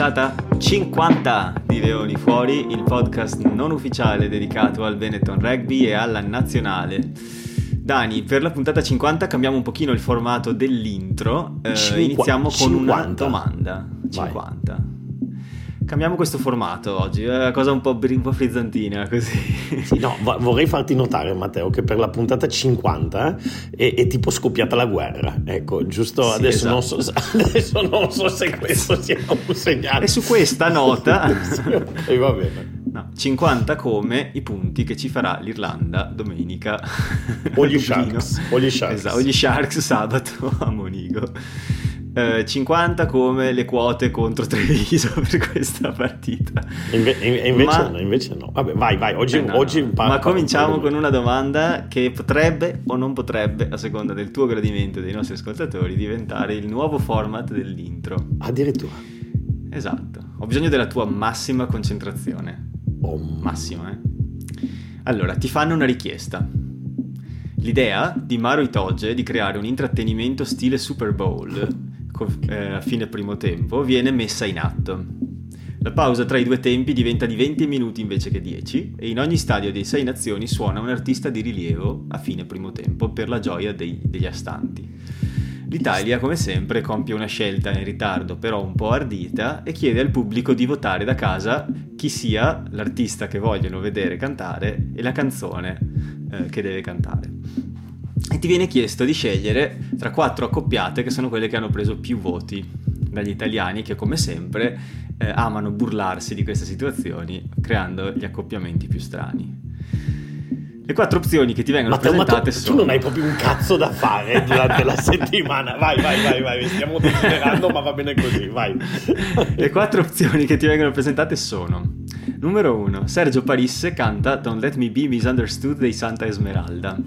puntata 50 di Leoni Fuori, il podcast non ufficiale dedicato al Benetton Rugby e alla nazionale. Dani, per la puntata 50 cambiamo un pochino il formato dell'intro, iniziamo con 50. Una domanda. 50. Vai. Cambiamo questo formato oggi, è una cosa un po' frizzantina così. Sì, no, vorrei farti notare, Matteo, che per la puntata 50 è tipo scoppiata la guerra. Ecco, giusto, sì, adesso, esatto. adesso non so se questo sia un segnale. E su questa nota va bene. No, 50 come i punti che ci farà l'Irlanda domenica. O gli Sharks. Esatto, o gli Sharks sabato a Monigo. 50 come le quote contro Treviso per questa partita. Invece no. Vabbè, vai. Oggi Ma cominciamo con una domanda che potrebbe o non potrebbe, a seconda del tuo gradimento e dei nostri ascoltatori, diventare il nuovo format dell'intro. Addirittura. Esatto. Ho bisogno della tua massima concentrazione. Massima, Allora, ti fanno una richiesta. L'idea di Maro Itoje di creare un intrattenimento stile Super Bowl a fine primo tempo viene messa in atto. La pausa tra i due tempi diventa di 20 minuti invece che 10 e in ogni stadio dei 6 nazioni suona un artista di rilievo a fine primo tempo per la gioia degli astanti. L'Italia, come sempre, compie una scelta in ritardo però un po' ardita e chiede al pubblico di votare da casa chi sia l'artista che vogliono vedere cantare e la canzone che deve cantare. E ti viene chiesto di scegliere tra 4 accoppiate che sono quelle che hanno preso più voti dagli italiani, che come sempre amano burlarsi di queste situazioni creando gli accoppiamenti più strani. Le 4 opzioni che ti vengono presentate sono... Tu non hai proprio un cazzo da fare durante la settimana. Vai, stiamo desiderando, ma va bene così, vai. Le 4 opzioni che ti vengono presentate sono: numero 1, Sergio Parisse canta Don't Let Me Be Misunderstood dei Santa Esmeralda.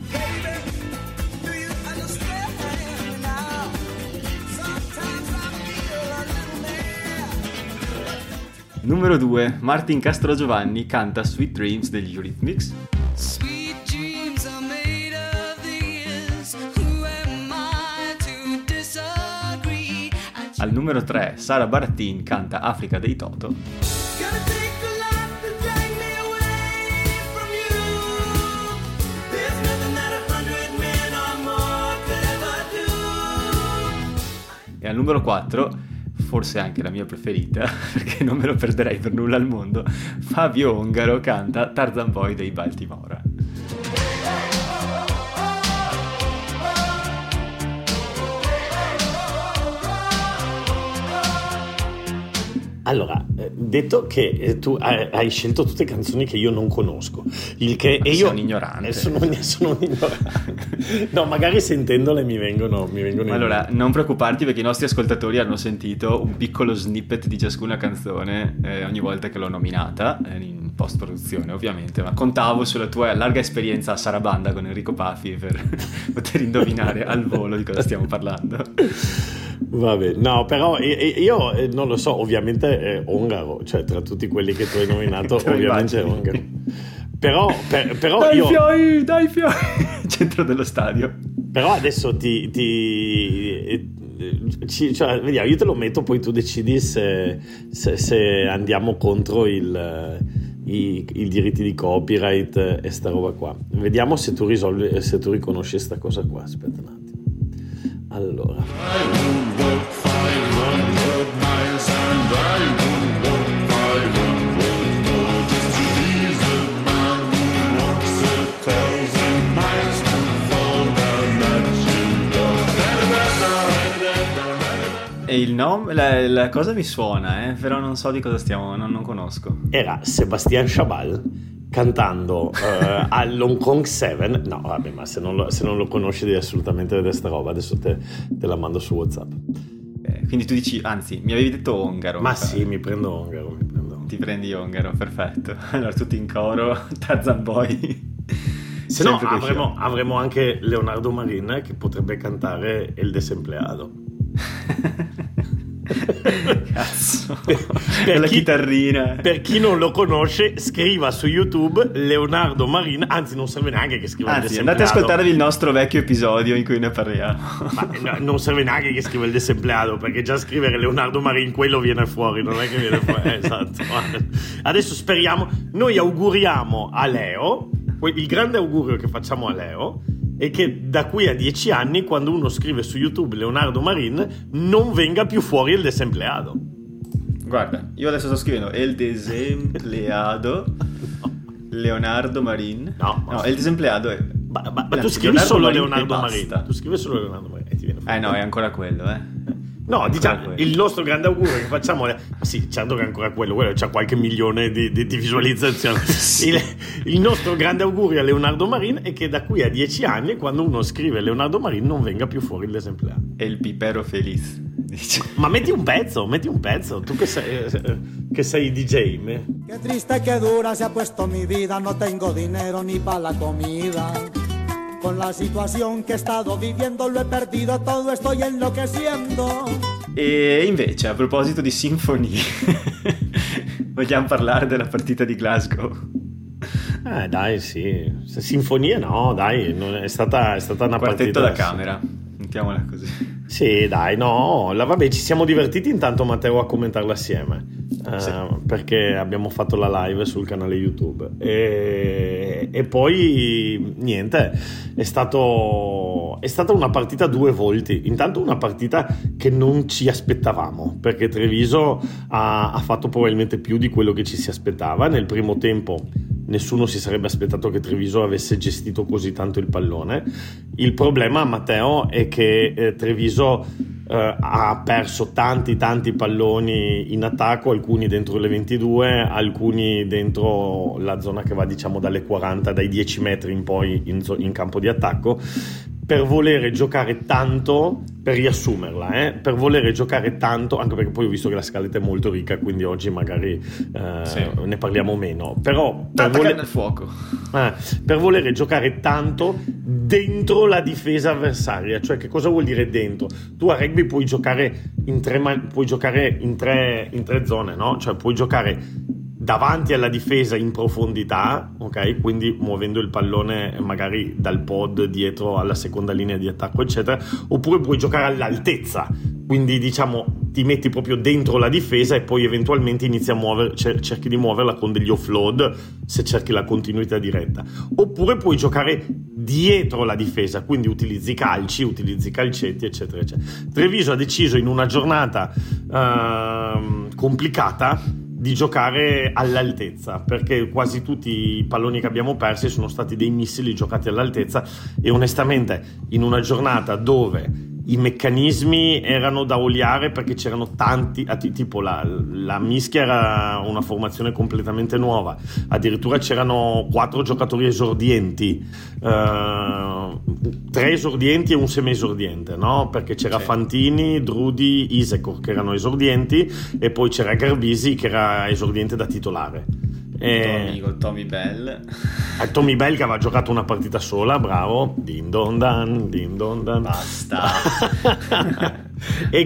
Numero 2, Martin Castrogiovanni canta Sweet Dreams degli Eurythmics. Al numero 3, Sara Baratin canta Africa dei Toto. E al numero 4, forse anche la mia preferita, perché non me lo perderei per nulla al mondo, Fabio Ongaro canta Tarzan Boy dei Baltimora. Allora, detto che tu hai scelto tutte canzoni che io non conosco, il che e io sono ignorante. Sono un ignorante. No, magari sentendole mi vengono allora, non preoccuparti, perché i nostri ascoltatori hanno sentito un piccolo snippet di ciascuna canzone ogni volta che l'ho nominata, in post-produzione ovviamente, ma contavo sulla tua larga esperienza a Sarabanda con Enrico Paffi per poter indovinare al volo di cosa stiamo parlando. Vabbè, no, però io non lo so, ovviamente è Ongaro, cioè tra tutti quelli che tu hai nominato ovviamente è Ongaro. Però dai fioi, centro dello stadio. Però adesso cioè, vediamo, io te lo metto, poi tu decidi se andiamo contro i diritti di copyright e sta roba qua. Vediamo se tu riconosci sta cosa qua. Aspetta un attimo. Allora, e il nome, la cosa mi suona, però non so di cosa stiamo, non conosco. Era Sébastien Chabal cantando all'Hong Kong 7. No, vabbè, ma se non lo conosci devi assolutamente vedere sta roba. Adesso te la mando su WhatsApp. Quindi tu dici, anzi, mi avevi detto Ongaro. Ma sì, mi prendo Ongaro. Ti prendi Ongaro, perfetto. Allora tutti in coro, Tarzan Boy. Se no avremo anche Leonardo Marin che potrebbe cantare El Desempleado. Cazzo. la chitarrina. Per chi non lo conosce, scriva su YouTube Leonardo Marin, anzi non serve neanche che scriva il desempleado. Andate a ascoltarvi il nostro vecchio episodio in cui ne parliamo. Ma non serve neanche che scriva il desempleado, perché già scrivere Leonardo Marin quello viene fuori, non è che viene fuori. Esatto. Adesso speriamo, noi auguriamo a Leo, il grande augurio che facciamo a Leo è che da qui a 10 anni, quando uno scrive su YouTube Leonardo Marin, non venga più fuori il desempleado. Guarda, io adesso sto scrivendo el desempleado Leonardo Marin. No, el desempleado è... Ma tu scrivi solo Leonardo Marin. Tu scrivi solo Leonardo Marin e ti viene fuori. No, è ancora quello, No, diciamo, il nostro grande augurio che facciamo sì, certo che è ancora quello c'ha qualche milione di visualizzazioni. Sì. Il nostro grande augurio a Leonardo Marin è che da qui a 10 anni, quando uno scrive Leonardo Marin, non venga più fuori il desempleado. È il pipero feliz, dice. Ma metti un pezzo, tu che sei DJ. Qué triste que dura se ha puesto mi vida, no tengo dinero ni para la comida. Con la situación que he estado viviendo lo he perdido todo, estoy enloqueciendo. E invece, a proposito di sinfonie, vogliamo parlare della partita di Glasgow? Dai, sì. Sinfonie no, dai, è stata una quartetto partita da camera, mettiamola così. Sì, dai, no, vabbè, ci siamo divertiti intanto, Matteo, a commentarla assieme. Sì. Perché abbiamo fatto la live sul canale YouTube e poi niente, è stata una partita a due volti. Intanto una partita che non ci aspettavamo, perché Treviso ha fatto probabilmente più di quello che ci si aspettava. Nel primo tempo nessuno si sarebbe aspettato che Treviso avesse gestito così tanto il pallone. Il problema, Matteo, è che Treviso ha perso tanti palloni in attacco, alcuni dentro le 22, alcuni dentro la zona che va diciamo dalle 40, dai 10 metri in poi in campo di attacco, per volere giocare tanto, per riassumerla, per volere giocare tanto, anche perché poi ho visto che la scaletta è molto ricca, quindi oggi magari ne parliamo meno, però al fuoco. Per volere giocare tanto dentro la difesa avversaria. Cioè, che cosa vuol dire dentro? Tu a rugby puoi giocare in tre zone, no? Cioè puoi giocare davanti alla difesa in profondità, ok? Quindi muovendo il pallone magari dal pod dietro alla seconda linea di attacco, eccetera, oppure puoi giocare all'altezza, quindi diciamo ti metti proprio dentro la difesa e poi eventualmente inizi a muovere, cerchi di muoverla con degli offload se cerchi la continuità diretta, oppure puoi giocare dietro la difesa, quindi utilizzi calcetti, eccetera eccetera. Treviso ha deciso in una giornata complicata di giocare all'altezza, perché quasi tutti i palloni che abbiamo persi sono stati dei missili giocati all'altezza, e onestamente in una giornata dove i meccanismi erano da oliare, perché c'erano tanti, tipo la mischia era una formazione completamente nuova, addirittura c'erano 4 giocatori esordienti, 3 esordienti e un semi-esordiente, no? Perché c'era Fantini, Drudi, Isecor che erano esordienti, e poi c'era Garbisi che era esordiente da titolare. tuo amico Tommy Bell. Tommy Bell che aveva giocato una partita sola, bravo. Din don dan. Basta. e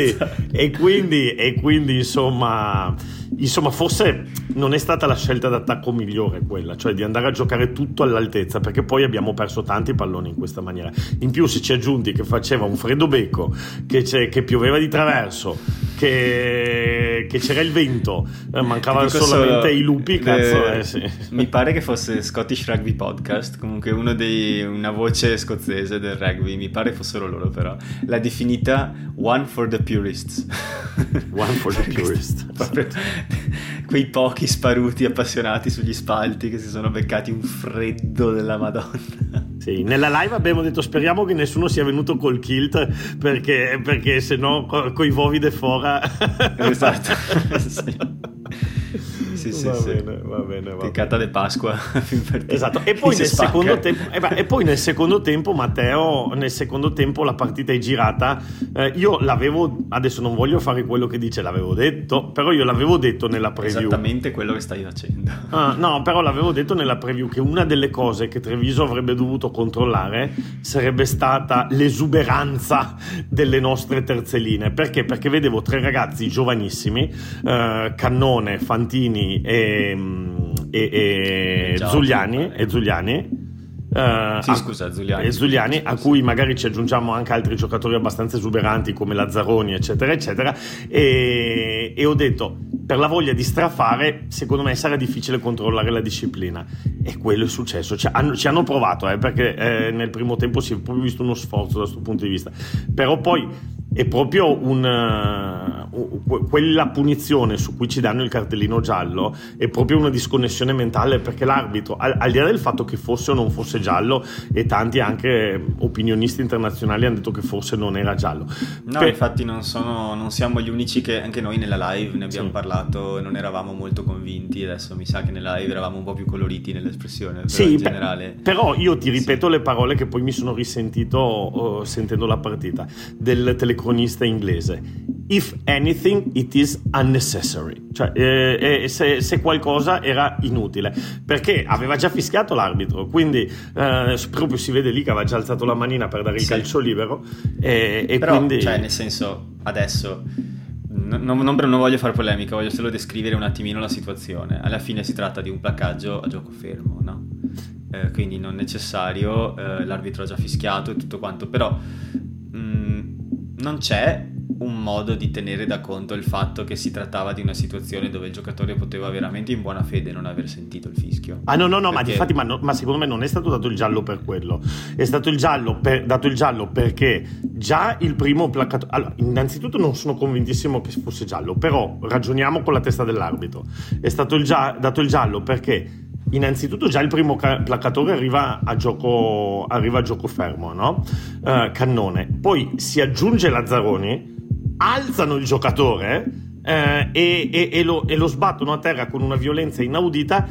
quindi insomma forse non è stata la scelta d'attacco migliore quella, cioè di andare a giocare tutto all'altezza, perché poi abbiamo perso tanti palloni in questa maniera. In più se ci aggiunti che faceva un freddo becco, che pioveva di traverso, che c'era il vento, mancavano solamente i lupi, cazzo. Sì. Mi pare che fosse Scottish Rugby Podcast, comunque una voce scozzese del rugby, mi pare fossero loro, però l'ha definita One for the Purists. One for the Purists. Proprio quei pochi sparuti appassionati sugli spalti che si sono beccati un freddo della Madonna. Sì, nella live abbiamo detto speriamo che nessuno sia venuto col kilt, perché se no coi vovi de fora. Esatto. Va bene. Peccata de Pasqua. Esatto. E poi nel secondo tempo, Matteo, la partita è girata. Io adesso non voglio fare quello che dice, l'avevo detto, però io l'avevo detto nella preview. Esattamente quello che stai facendo. No, però l'avevo detto nella preview che una delle cose che Treviso avrebbe dovuto controllare sarebbe stata l'esuberanza delle nostre terzelline. Perché? Perché vedevo 3 ragazzi giovanissimi, Cannone, Fantini e Zuliani. Zuliani, a cui magari ci aggiungiamo anche altri giocatori abbastanza esuberanti come Lazzaroni, eccetera eccetera, e ho detto, per la voglia di strafare, secondo me sarà difficile controllare la disciplina, e quello è successo. Ci hanno provato, perché nel primo tempo si è proprio visto uno sforzo da questo punto di vista, però poi è proprio quella punizione su cui ci danno il cartellino giallo è proprio una disconnessione mentale, perché l'arbitro, al di là del fatto che fosse o non fosse giallo, e tanti anche opinionisti internazionali hanno detto che forse non era giallo. Infatti non siamo gli unici, che anche noi nella live ne abbiamo parlato e non eravamo molto convinti. Adesso mi sa che nella live eravamo un po' più coloriti nell'espressione, però in generale. Però io ti ripeto le parole che poi mi sono risentito sentendo la partita del telecronista inglese: if anything it is unnecessary, cioè se qualcosa era inutile, perché aveva già fischiato l'arbitro, quindi proprio si vede lì che aveva già alzato la manina per dare il calcio libero, però, quindi, cioè, nel senso, adesso non voglio fare polemica, voglio solo descrivere un attimino la situazione. Alla fine si tratta di un placcaggio a gioco fermo, no? Quindi non necessario, l'arbitro ha già fischiato e tutto quanto, però non c'è un modo di tenere da conto il fatto che si trattava di una situazione dove il giocatore poteva veramente in buona fede non aver sentito il fischio. No, perché... ma difatti, ma secondo me non è stato dato il giallo per quello, è stato dato il giallo perché già il primo placcatore, allora, innanzitutto non sono convintissimo che fosse giallo, però ragioniamo con la testa dell'arbitro. È stato dato il giallo perché innanzitutto già il primo placcatore arriva a gioco fermo, no? Cannone, poi si aggiunge Lazzaroni, alzano il giocatore e lo sbattono a terra con una violenza inaudita,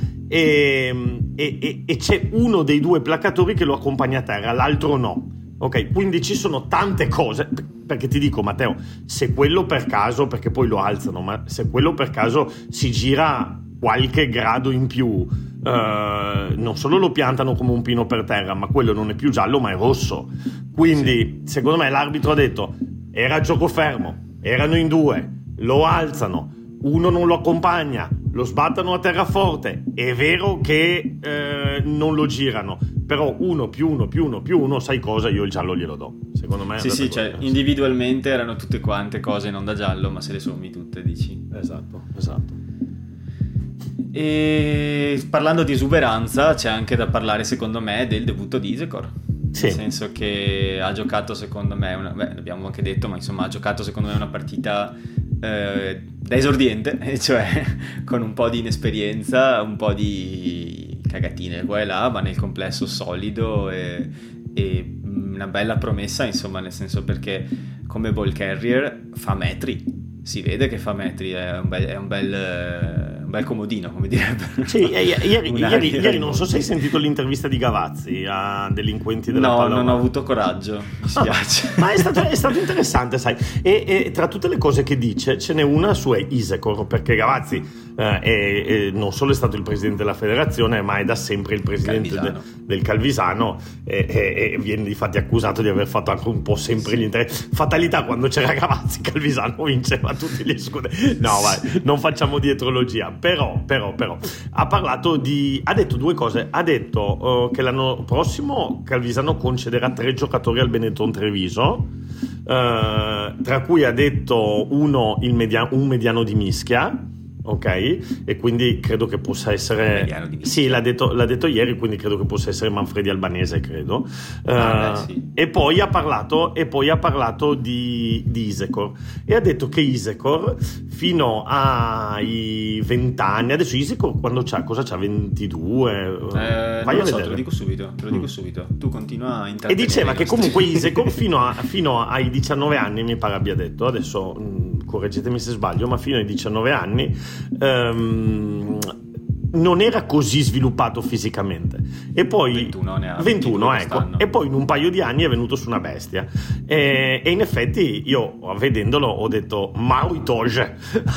e c'è uno dei 2 placcatori che lo accompagna a terra, l'altro no. Ok, quindi ci sono tante cose, perché ti dico, Matteo, se quello per caso, perché poi lo alzano, ma se quello per caso si gira qualche grado in più, non solo lo piantano come un pino per terra, ma quello non è più giallo ma è rosso. Quindi secondo me l'arbitro ha detto: era gioco fermo, erano in 2, lo alzano, uno non lo accompagna, lo sbattono a terra forte, è vero che non lo girano, però 1 + 1 + 1 + 1, sai cosa, io il giallo glielo do, secondo me. Sì, cioè individualmente erano tutte quante cose non da giallo, ma se le sommi tutte dici. Esatto. E parlando di esuberanza, c'è anche da parlare, secondo me, del debutto di Isecor. Sì. Nel senso che ha giocato, secondo me, l'abbiamo anche detto, ma insomma ha giocato secondo me una partita da esordiente, cioè con un po' di inesperienza, un po' di cagatine qua e là, ma nel complesso solido e una bella promessa, insomma, nel senso, perché come ball carrier fa metri. Si vede che fa metri, è un bel comodino, come direbbero. Sì, ieri non so se hai sentito l'intervista di Gavazzi a Delinquenti della Palla. No, non ho avuto coraggio, mi spiace. Ma è stato interessante, sai. E tra tutte le cose che dice, ce n'è una su Isecor, perché Gavazzi non solo è stato il presidente della federazione, ma è da sempre il presidente del Calvisano, e viene difatti accusato di aver fatto anche un po' sempre gli interessi. Fatalità, quando c'era Gavazzi, Calvisano vinceva tutti gli scudi. No, vai, non facciamo dietrologia. Però ha detto 2 cose. Ha detto che l'anno prossimo Calvisano concederà 3 giocatori al Benetton Treviso, tra cui ha detto un mediano di Mischia. Ok, e quindi credo che possa essere, sì, l'ha detto ieri, quindi credo che possa essere Manfredi Albanese, credo. Sì. E poi ha parlato di Isecor, e ha detto che Isecor fino ai 20 anni, adesso Isecor quando cosa c'ha, 22? Vai a vedere. Te lo dico subito, tu continua a intrattenere. E diceva che comunque Isecor fino ai 19 anni mi pare abbia detto, adesso correggetemi se sbaglio, ma fino ai 19 anni non era così sviluppato fisicamente, e poi 21 ecco, e poi in un paio di anni è venuto su una bestia, e in effetti io vedendolo ho detto Maro Itoje.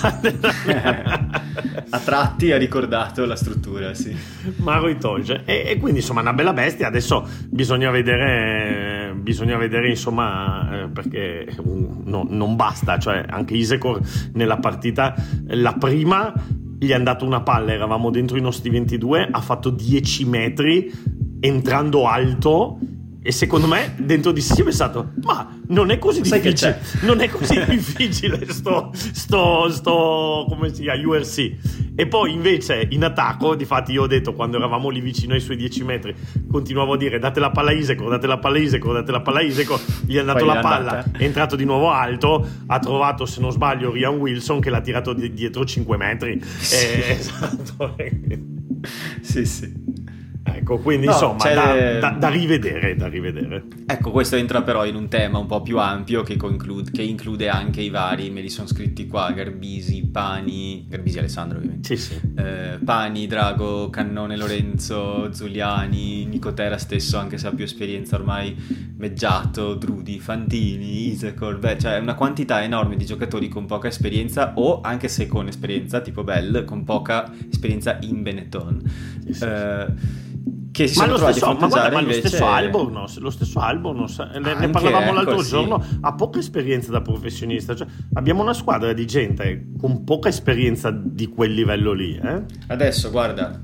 A tratti ha ricordato la struttura, sì, Maro Itoje, e quindi insomma una bella bestia. Adesso bisogna vedere insomma, perché non basta, cioè anche Isekor nella partita, la prima gli è andato una palla, eravamo dentro i nostri 22, ha fatto 10 metri entrando alto, e secondo me dentro di sé ho pensato, ma non è così difficile, non è così difficile sto come si chiama, URC. E poi invece in attacco, difatti io ho detto, quando eravamo lì vicino ai suoi 10 metri, continuavo a dire date la palla a Isekor, date la palla a Isekor, date la palla a Isekor, gli è andato la palla, è entrato di nuovo alto, ha trovato, se non sbaglio, Ryan Wilson che l'ha tirato dietro 5 metri. Esatto. Sì. Ecco, quindi insomma da rivedere. Ecco, questo entra però in un tema un po' più ampio che include anche i vari, me li sono scritti qua, Garbisi Alessandro ovviamente, sì. Pani, Drago, Cannone Lorenzo, Zuliani, Nicotera stesso, anche se ha più esperienza ormai, Meggiato, Drudi, Fantini, Isekor, cioè una quantità enorme di giocatori con poca esperienza, o anche se con esperienza, tipo Bell, con poca esperienza in Benetton. Sì. Che si sono trovati a fronteggiare invece... lo stesso Albornoz, ne parlavamo l'altro giorno, ha poca esperienza da professionista, cioè abbiamo una squadra di gente con poca esperienza di quel livello lì, Adesso guarda,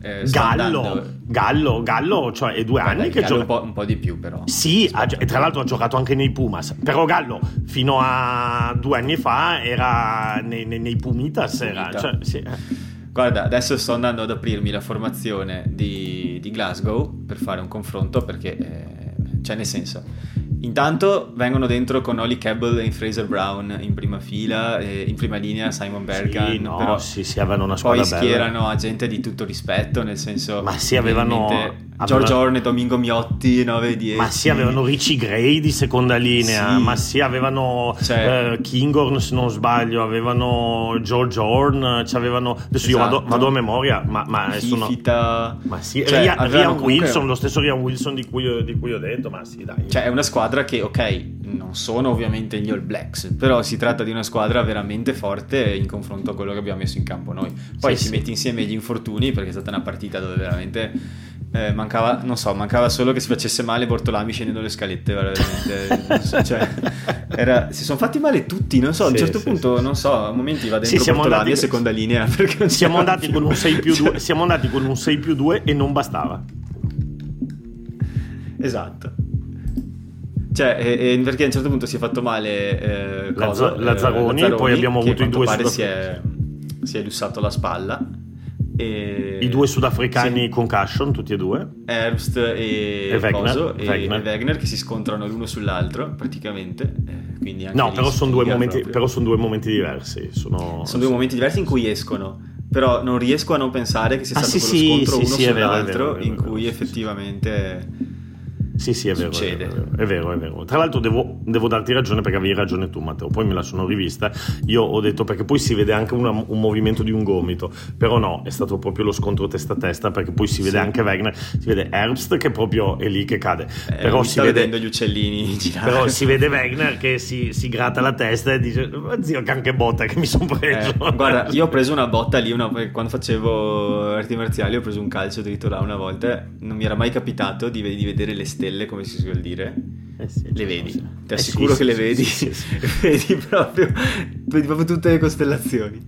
Gallo, cioè è 2 anni che gioca un po' di più, però sì, e tra l'altro ha giocato anche nei Pumas, però Gallo fino a 2 anni fa era nei Pumitas. Cioè, sì. Guarda, adesso sto andando ad aprirmi la formazione di Glasgow per fare un confronto, perché cioè nel senso, intanto vengono dentro con Oli Cabell e Fraser Brown in prima fila, in prima linea Simon Berghan, però avevano una squadra poi schierano a gente di tutto rispetto, nel senso, ma sì, avevano George Horn e Domingo Miotti 9-10, ma sì, avevano Richie Gray di seconda linea, sì. Ma sì, avevano Kinghorn, se non sbaglio, avevano George Horn, avevano, adesso esatto. Io vado a memoria, ma Fifita, ma sì, cioè, Ryan Wilson, lo stesso Ryan Wilson di cui ho detto, ma sì, dai, cioè è una squadra che, ok, non sono ovviamente gli All Blacks, però si tratta di una squadra veramente forte in confronto a quello che abbiamo messo in campo noi. Poi si mette insieme gli infortuni, perché è stata una partita dove veramente mancava solo che si facesse male Bortolami scendendo le scalette, veramente. Cioè, si sono fatti male tutti, non so, a un certo punto, non so, a momenti va dentro Bortolami a seconda linea, perché siamo andati con un 6+2, siamo andati con un 6+2 e non bastava. Esatto. Cioè, perché a un certo punto si è fatto male Lazzaroni, poi abbiamo avuto i due si è lussato la spalla. I 2 sudafricani concussion, tutti e 2, Herbst e Wegner, che si scontrano l'uno sull'altro praticamente, quindi anche però sono 2 momenti diversi, sono 2 momenti diversi in cui escono, però non riesco a non pensare che sia stato quello scontro uno sull'altro in cui effettivamente Sì, è vero, è vero. Tra l'altro devo darti ragione, perché avevi ragione tu, Matteo, poi me la sono rivista, io ho detto, perché poi si vede anche un movimento di un gomito, però no, è stato proprio lo scontro testa a testa, perché poi si vede anche Wegner, si vede Herbst che proprio è lì che cade, però si vede vedendo gli uccellini girare. Però si vede Wegner che si gratta la testa e dice, zio, che anche botta che mi sono preso. Guarda, io ho preso una botta lì quando facevo arti marziali, ho preso un calcio dritto là una volta, non mi era mai capitato di vedere le stelle, come si suol dire, le vedi, ti assicuro che le vedi, vedi proprio tutte le costellazioni.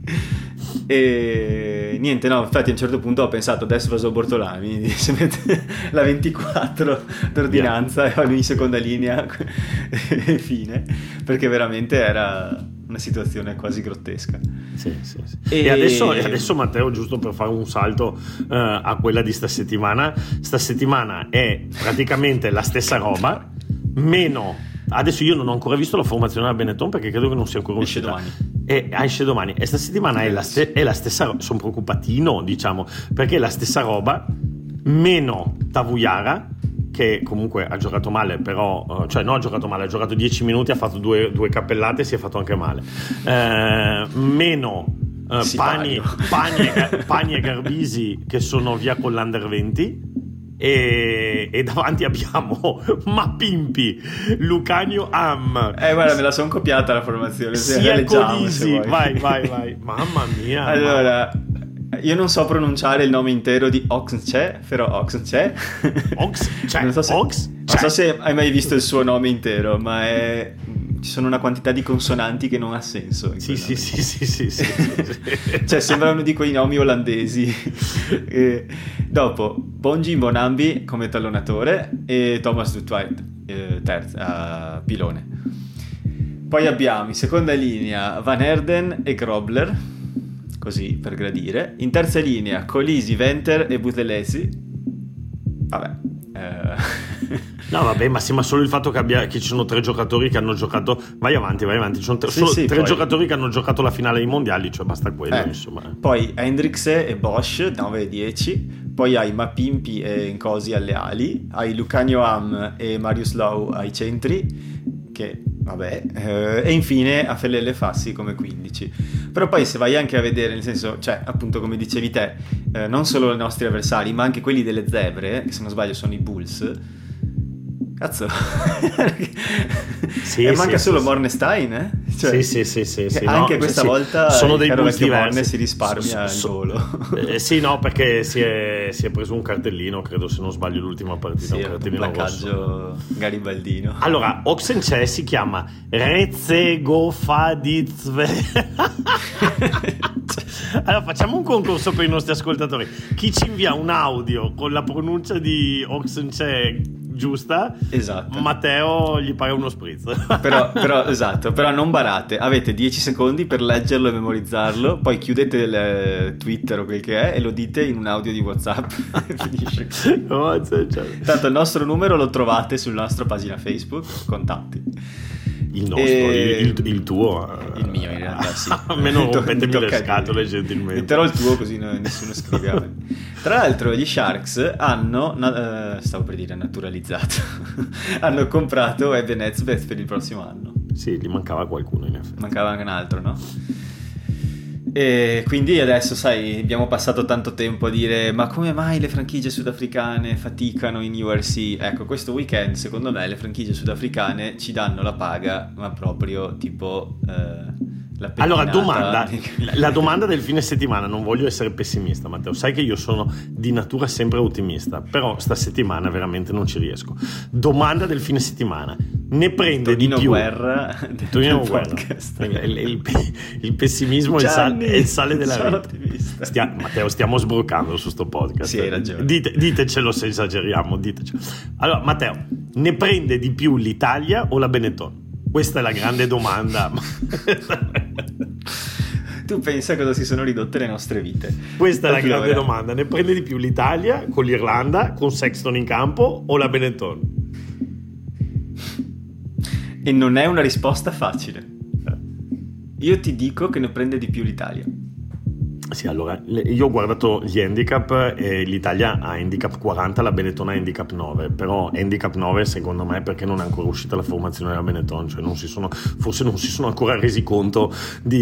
E niente, no, infatti a un certo punto ho pensato, adesso vado a Bortolami, si mette la 24 d'ordinanza e vado in seconda linea e fine, perché veramente era una situazione quasi grottesca. Sì. E adesso Matteo, giusto per fare un salto a quella di sta settimana è praticamente la stessa roba, meno, adesso io non ho ancora visto la formazione a Benetton, perché credo che non sia ancora uscita. Esce domani. E sta settimana è la stessa, sono preoccupatino, diciamo, perché è la stessa roba, meno Tavuyara, che che comunque ha giocato male, però cioè no, ha giocato male, ha giocato 10 minuti, ha fatto due cappellate e si è fatto anche male. Meno Pani e Garbisi che sono via con l'Under 20 e davanti abbiamo Mapimpi, Lucanio Am, guarda, me la sono copiata la formazione, sia Colisi, vai mamma mia. Allora, io non so pronunciare il nome intero di Oxenche, però Oxenche. Non so se hai mai visto il suo nome intero, ma ci sono una quantità di consonanti che non ha senso. Sì. Cioè sembra uno di quei nomi olandesi. Dopo Bongi Mbonambi come tallonatore e Thomas Dutoit pilone. Poi abbiamo in seconda linea Van Herden e Grobler, così per gradire. In terza linea Colisi, Venter e Butelesi. Vabbè. No vabbè, ma solo il fatto che ci sono 3 giocatori che hanno giocato. Vai avanti, ci sono 3 giocatori che hanno giocato la finale dei mondiali, cioè basta quello, insomma. Poi Hendrikse e Bosch 9 e 10. Poi hai Mapimpi e Nkosi alle ali, hai Lucanio Am e Marius Lau ai centri, che vabbè, e infine a Felele Fassi come 15. Però poi se vai anche a vedere, nel senso, cioè appunto come dicevi te, non solo i nostri avversari ma anche quelli delle zebre, che se non sbaglio sono i Bulls, cazzo. Manca solo Mornestein, Cioè, sì, anche questa volta sono dei Bulls diversi, si risparmia il volo. Sì, no, perché si è preso un cartellino, credo, se non sbaglio l'ultima partita, un cartellino un placcaggio garibaldino. Allora, Oxenche si chiama Rezegofadizve. Allora facciamo un concorso per i nostri ascoltatori. Chi ci invia un audio con la pronuncia di Oxenche giusta, esatto, Matteo gli paga uno spritz. però esatto, però non barate, avete 10 secondi per leggerlo e memorizzarlo, poi chiudete il Twitter o quel che è e lo dite in un audio di WhatsApp. Finisce. Tanto il nostro numero lo trovate sulla nostra pagina Facebook, contatti. Il nostro, il tuo, il mio in realtà sì. Almeno rompetemi le scatole gentilmente. Metterò il tuo così nessuno scrive. Tra l'altro gli Sharks hanno stavo per dire naturalizzato hanno comprato Eben Etzbeth per il prossimo anno. Sì, gli mancava qualcuno in effetti. Mancava anche un altro, no? E quindi adesso, sai, abbiamo passato tanto tempo a dire ma come mai le franchigie sudafricane faticano in URC? Ecco, questo weekend secondo me le franchigie sudafricane ci danno la paga, ma proprio tipo la allora, la domanda del fine settimana, non voglio essere pessimista, Matteo, sai che io sono di natura sempre ottimista, però sta settimana veramente non ci riesco. Domanda del fine settimana: ne prende Tonino di più Guerra, Tonino Guerra. Il pessimismo è il sale della vita. Matteo, stiamo sbroccando su sto podcast. Sì, hai ragione. Ditecelo se esageriamo, ditecelo. Allora, Matteo, ne prende di più l'Italia o la Benetton? Questa è la grande domanda. Tu pensa cosa si sono ridotte le nostre vite. Questa è la grande domanda. Ne prende di più l'Italia con l'Irlanda, con Sexton in campo, o la Benetton? E non è una risposta facile. Io ti dico che ne prende di più l'Italia. Sì, allora, io ho guardato gli handicap e l'Italia ha handicap 40, la Benetton ha handicap 9, però handicap 9 secondo me perché non è ancora uscita la formazione della Benetton, cioè forse non si sono ancora resi conto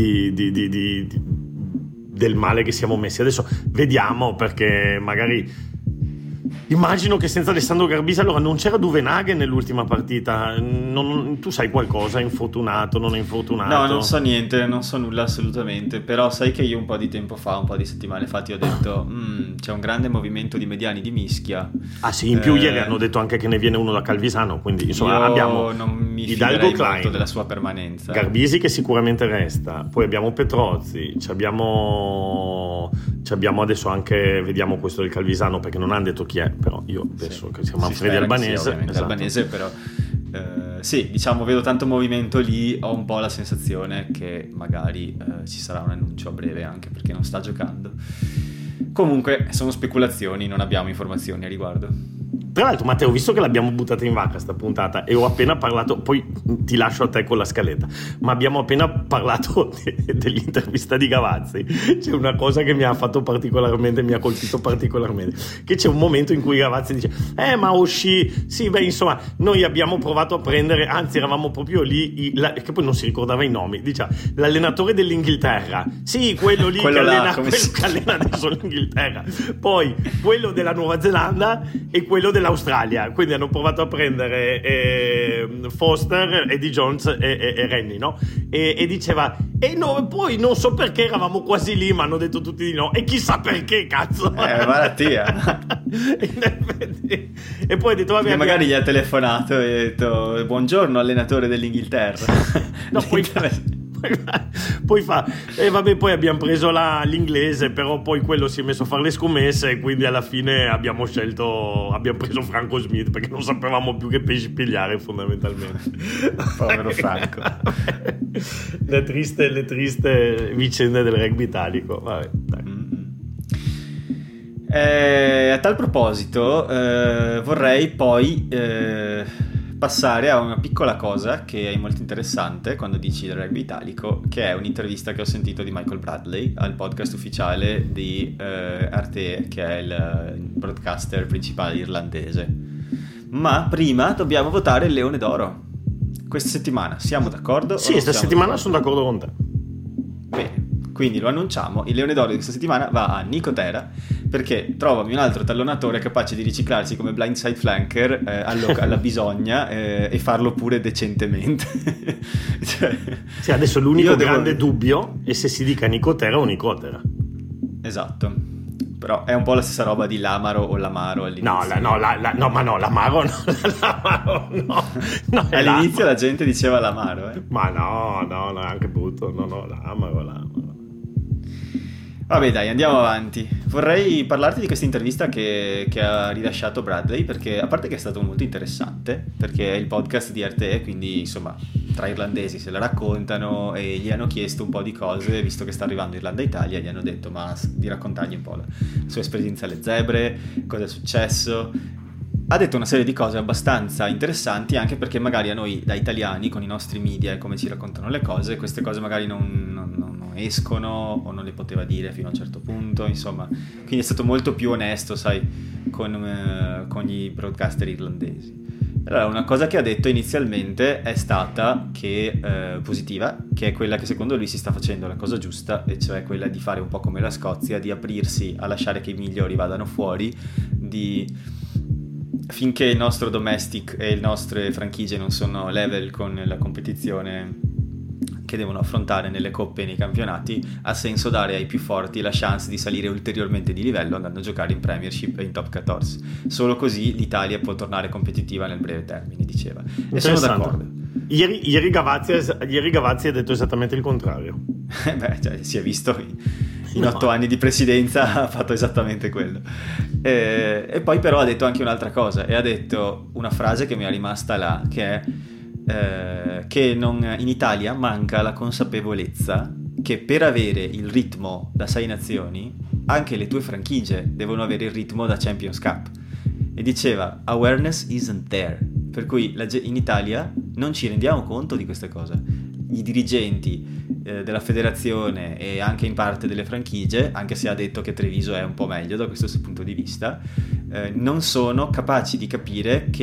del male che siamo messi. Adesso vediamo, perché magari immagino che senza Alessandro Garbisi, allora non c'era Duvenaghe nell'ultima partita, tu sai qualcosa? È infortunato, non è infortunato? No, non so niente, non so nulla assolutamente, però sai che io un po' di tempo fa, un po' di settimane fa ti ho detto c'è un grande movimento di mediani di mischia. Ah sì, in più ieri hanno detto anche che ne viene uno da Calvisano, quindi insomma abbiamo non mi Hidalgo Klein della sua permanenza. Garbisi che sicuramente resta, poi abbiamo Petrozzi, abbiamo adesso anche, vediamo questo del Calvisano perché non hanno detto chi è, però io penso che sia Manfredi Albanese. Sì, esatto. Albanese, però sì, diciamo, vedo tanto movimento lì, ho un po' la sensazione che magari ci sarà un annuncio a breve, anche perché non sta giocando. Comunque sono speculazioni, non abbiamo informazioni a riguardo. Tra l'altro, Matteo, visto che l'abbiamo buttata in vacca sta puntata e ho appena parlato, poi ti lascio a te con la scaletta, ma abbiamo appena parlato dell'intervista di Gavazzi. C'è una cosa che mi ha colpito particolarmente, che c'è un momento in cui Gavazzi dice ma uscì, sì, beh, insomma, noi abbiamo provato a prendere, anzi eravamo proprio lì, che poi non si ricordava i nomi, diciamo, l'allenatore dell'Inghilterra, sì, quello lì quello che allena adesso l'Inghilterra, poi quello della Nuova Zelanda e quello dell'Australia, quindi hanno provato a prendere Foster, Eddie Jones e Rennie, no? E diceva no, poi non so perché eravamo quasi lì, ma hanno detto tutti di no, e chissà perché, cazzo, malattia. E poi ha detto vabbè, magari gli ha telefonato e ha detto buongiorno allenatore dell'Inghilterra. No, poi fa vabbè, poi abbiamo preso l'inglese, però poi quello si è messo a fare le scommesse e quindi alla fine abbiamo preso Franco Smith perché non sapevamo più che pesci pigliare, fondamentalmente. Povero Franco. le triste vicende del rugby italico. Vabbè, dai. A tal proposito vorrei poi passare a una piccola cosa che è molto interessante quando dici del rugby italico, che è un'intervista che ho sentito di Michael Bradley al podcast ufficiale di RTE, che è il broadcaster principale irlandese. Ma prima dobbiamo votare il Leone d'Oro questa settimana, siamo d'accordo? Sì, questa settimana sono d'accordo con te. Bene, quindi lo annunciamo, il Leone d'Oro di questa settimana va a Nico Tera, perché trovami un altro tallonatore capace di riciclarsi come blindside flanker alla bisogna e farlo pure decentemente. Cioè, sì, adesso l'unico grande dubbio è se si dica Nicotera o Nicotera. Esatto, però è un po' la stessa roba di Lamaro o Lamaro all'inizio. Lamaro no, all'inizio la gente diceva Lamaro, ma no, anche brutto, Lamaro. Vabbè, dai, andiamo avanti. Vorrei parlarti di questa intervista che ha rilasciato Bradley, perché a parte che è stato molto interessante, perché è il podcast di RTE, quindi insomma tra irlandesi se la raccontano e gli hanno chiesto un po' di cose, visto che sta arrivando Irlanda-Italia, gli hanno detto di raccontargli un po' la sua esperienza alle zebre, cosa è successo. Ha detto una serie di cose abbastanza interessanti, anche perché magari a noi da italiani, con i nostri media e come ci raccontano le cose, queste cose magari non escono o non le poteva dire fino a un certo punto, insomma. Quindi è stato molto più onesto, sai, con gli broadcaster irlandesi. Allora, una cosa che ha detto inizialmente è stata positiva, che è quella che secondo lui si sta facendo la cosa giusta, e cioè quella di fare un po' come la Scozia, di aprirsi a lasciare che i migliori vadano fuori, finché il nostro domestic e le nostre franchigie non sono level con la competizione che devono affrontare nelle coppe e nei campionati, ha senso dare ai più forti la chance di salire ulteriormente di livello andando a giocare in Premiership e in Top 14. Solo così l'Italia può tornare competitiva nel breve termine, diceva. E sono d'accordo. Ieri Gavazzi ha detto esattamente il contrario. Si è visto in 8 anni di presidenza ha fatto esattamente quello. E poi però ha detto anche un'altra cosa, e ha detto una frase che mi è rimasta là, che è che in Italia manca la consapevolezza che per avere il ritmo da 6 nazioni anche le tue franchigie devono avere il ritmo da Champions Cup, e diceva awareness isn't there, per cui in Italia non ci rendiamo conto di queste cose. I dirigenti della federazione e anche in parte delle franchigie, anche se ha detto che Treviso è un po' meglio da questo punto di vista, non sono capaci di capire che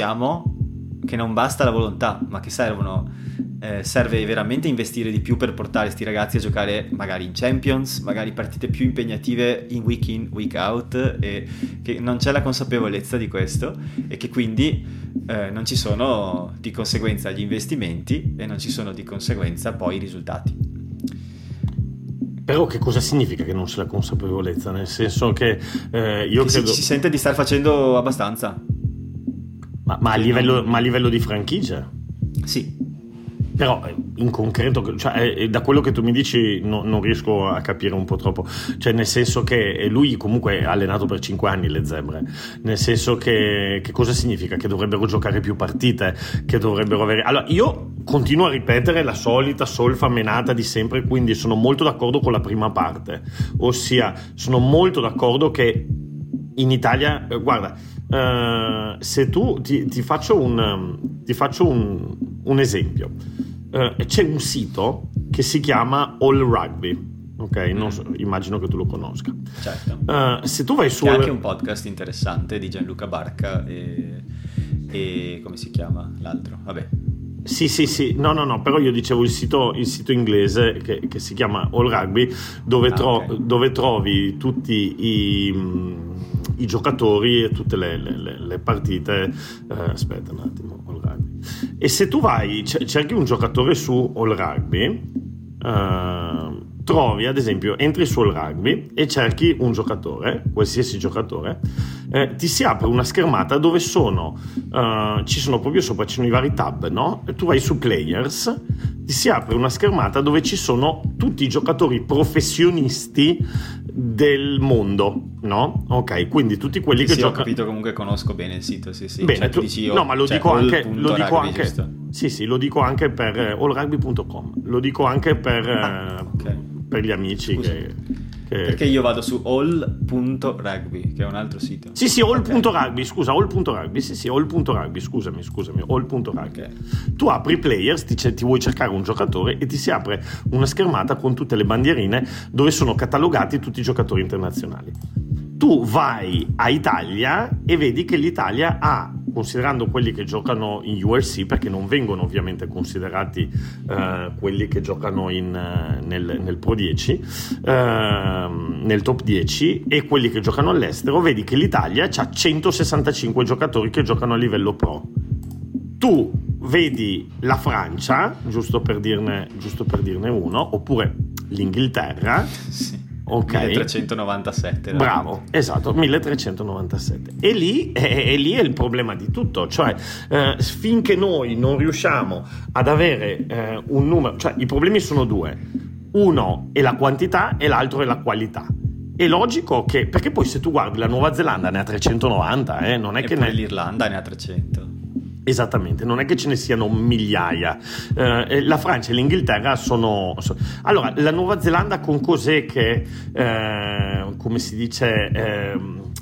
non basta la volontà, ma che serve veramente investire di più per portare sti ragazzi a giocare magari in Champions, magari partite più impegnative in, week out, e che non c'è la consapevolezza di questo, e che quindi non ci sono di conseguenza gli investimenti e non ci sono di conseguenza poi i risultati. Però che cosa significa che non c'è la consapevolezza? Nel senso che io che credo... si sente di star facendo abbastanza. Ma a livello di franchigia? Sì. Però in concreto, cioè, da quello che tu mi dici non riesco a capire un po' troppo, cioè nel senso che lui comunque ha allenato per 5 anni le zebre, nel senso che cosa significa? Che dovrebbero giocare più partite, che dovrebbero avere... Allora io continuo a ripetere la solita solfa menata di sempre, quindi sono molto d'accordo con la prima parte, ossia sono molto d'accordo che in Italia, guarda, se tu ti faccio un esempio. C'è un sito che si chiama All Rugby. Ok, non so, immagino che tu lo conosca. Certo. Se tu vai su... C'è anche un podcast interessante di Gianluca Barca e come si chiama l'altro? Vabbè. Sì, no, però io dicevo il sito inglese che si chiama All Rugby, dove trovi tutti i giocatori e tutte le partite. Aspetta un attimo, All Rugby. E se tu vai, cerchi un giocatore su All Rugby, trovi, ad esempio, entri sul rugby e cerchi un giocatore, qualsiasi giocatore, ti si apre una schermata dove ci sono proprio sopra, ci sono i vari tab, no? E tu vai su players, ti si apre una schermata dove ci sono tutti i giocatori professionisti del mondo, no? Ok, quindi tutti quelli che giocano. Ho capito, comunque conosco bene il sito, sì. Bene, cioè, no, ma lo dico anche giusto? Sì, lo dico anche per allrugby.com, lo dico anche per gli amici perché io vado su all.rugby, che è un altro sito. Sì, all.rugby, scusa, all.rugby, sì, all.rugby, scusami, all.rugby. Okay. Tu apri players, ti vuoi cercare un giocatore e ti si apre una schermata con tutte le bandierine dove sono catalogati tutti i giocatori internazionali. Tu vai a Italia e vedi che l'Italia ha, considerando quelli che giocano in URC, perché non vengono ovviamente considerati quelli che giocano nel Pro 10, nel top 10, e quelli che giocano all'estero, vedi che l'Italia ha 165 giocatori che giocano a livello pro. Tu vedi la Francia, giusto per dirne uno, oppure l'Inghilterra. Sì. Ok, 1397. Bravo, esatto, 1397. E lì è il problema di tutto, cioè finché noi non riusciamo ad avere un numero, cioè i problemi sono due: uno è la quantità e l'altro è la qualità. È logico che, perché poi se tu guardi la Nuova Zelanda ne ha 390, non è che l'Irlanda ne ha 300. Esattamente, non è che ce ne siano migliaia. La Francia e l'Inghilterra sono... Allora, la Nuova Zelanda con cos'è che, come si dice,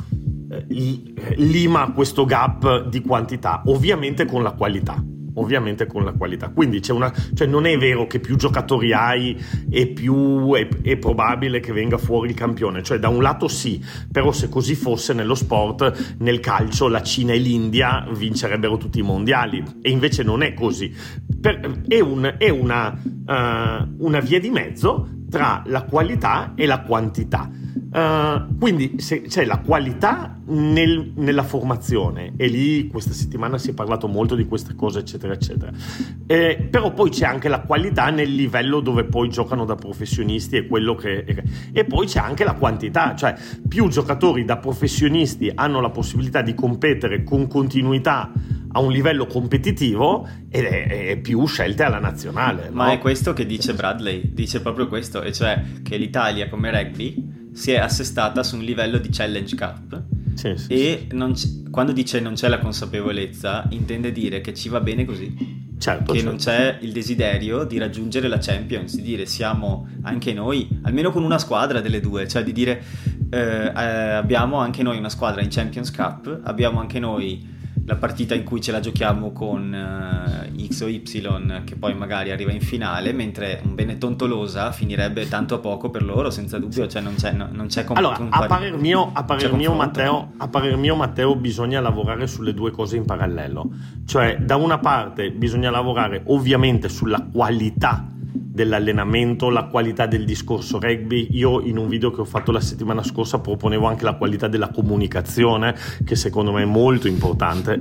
lima questo gap di quantità? Ovviamente con la qualità. Quindi cioè non è vero che più giocatori hai e più è probabile che venga fuori il campione, cioè da un lato sì, però se così fosse nello sport, nel calcio la Cina e l'India vincerebbero tutti i mondiali, e invece non è così. È una via di mezzo tra la qualità e la quantità. Quindi c'è la qualità nella formazione, e lì questa settimana si è parlato molto di queste cose, eccetera eccetera, però poi c'è anche la qualità nel livello dove poi giocano da professionisti, e poi c'è anche la quantità, cioè più giocatori da professionisti hanno la possibilità di competere con continuità a un livello competitivo, e più scelte alla nazionale, no? Ma è questo che dice Bradley, dice proprio questo, e cioè che l'Italia come rugby si è assestata su un livello di Challenge Cup, e quando dice non c'è la consapevolezza intende dire che ci va bene così, certo. Non c'è il desiderio di raggiungere la Champions, di dire siamo anche noi, almeno con una squadra delle due, cioè di dire abbiamo anche noi una squadra in Champions Cup, abbiamo anche noi la partita in cui ce la giochiamo con X o Y, che poi magari arriva in finale, mentre un Benetton Tolosa finirebbe tanto a poco per loro, senza dubbio, cioè non c'è allora, a parer mio Matteo, bisogna lavorare sulle due cose in parallelo, cioè da una parte bisogna lavorare ovviamente sulla qualità dell'allenamento, la qualità del discorso rugby. Io in un video che ho fatto la settimana scorsa proponevo anche la qualità della comunicazione, che secondo me è molto importante.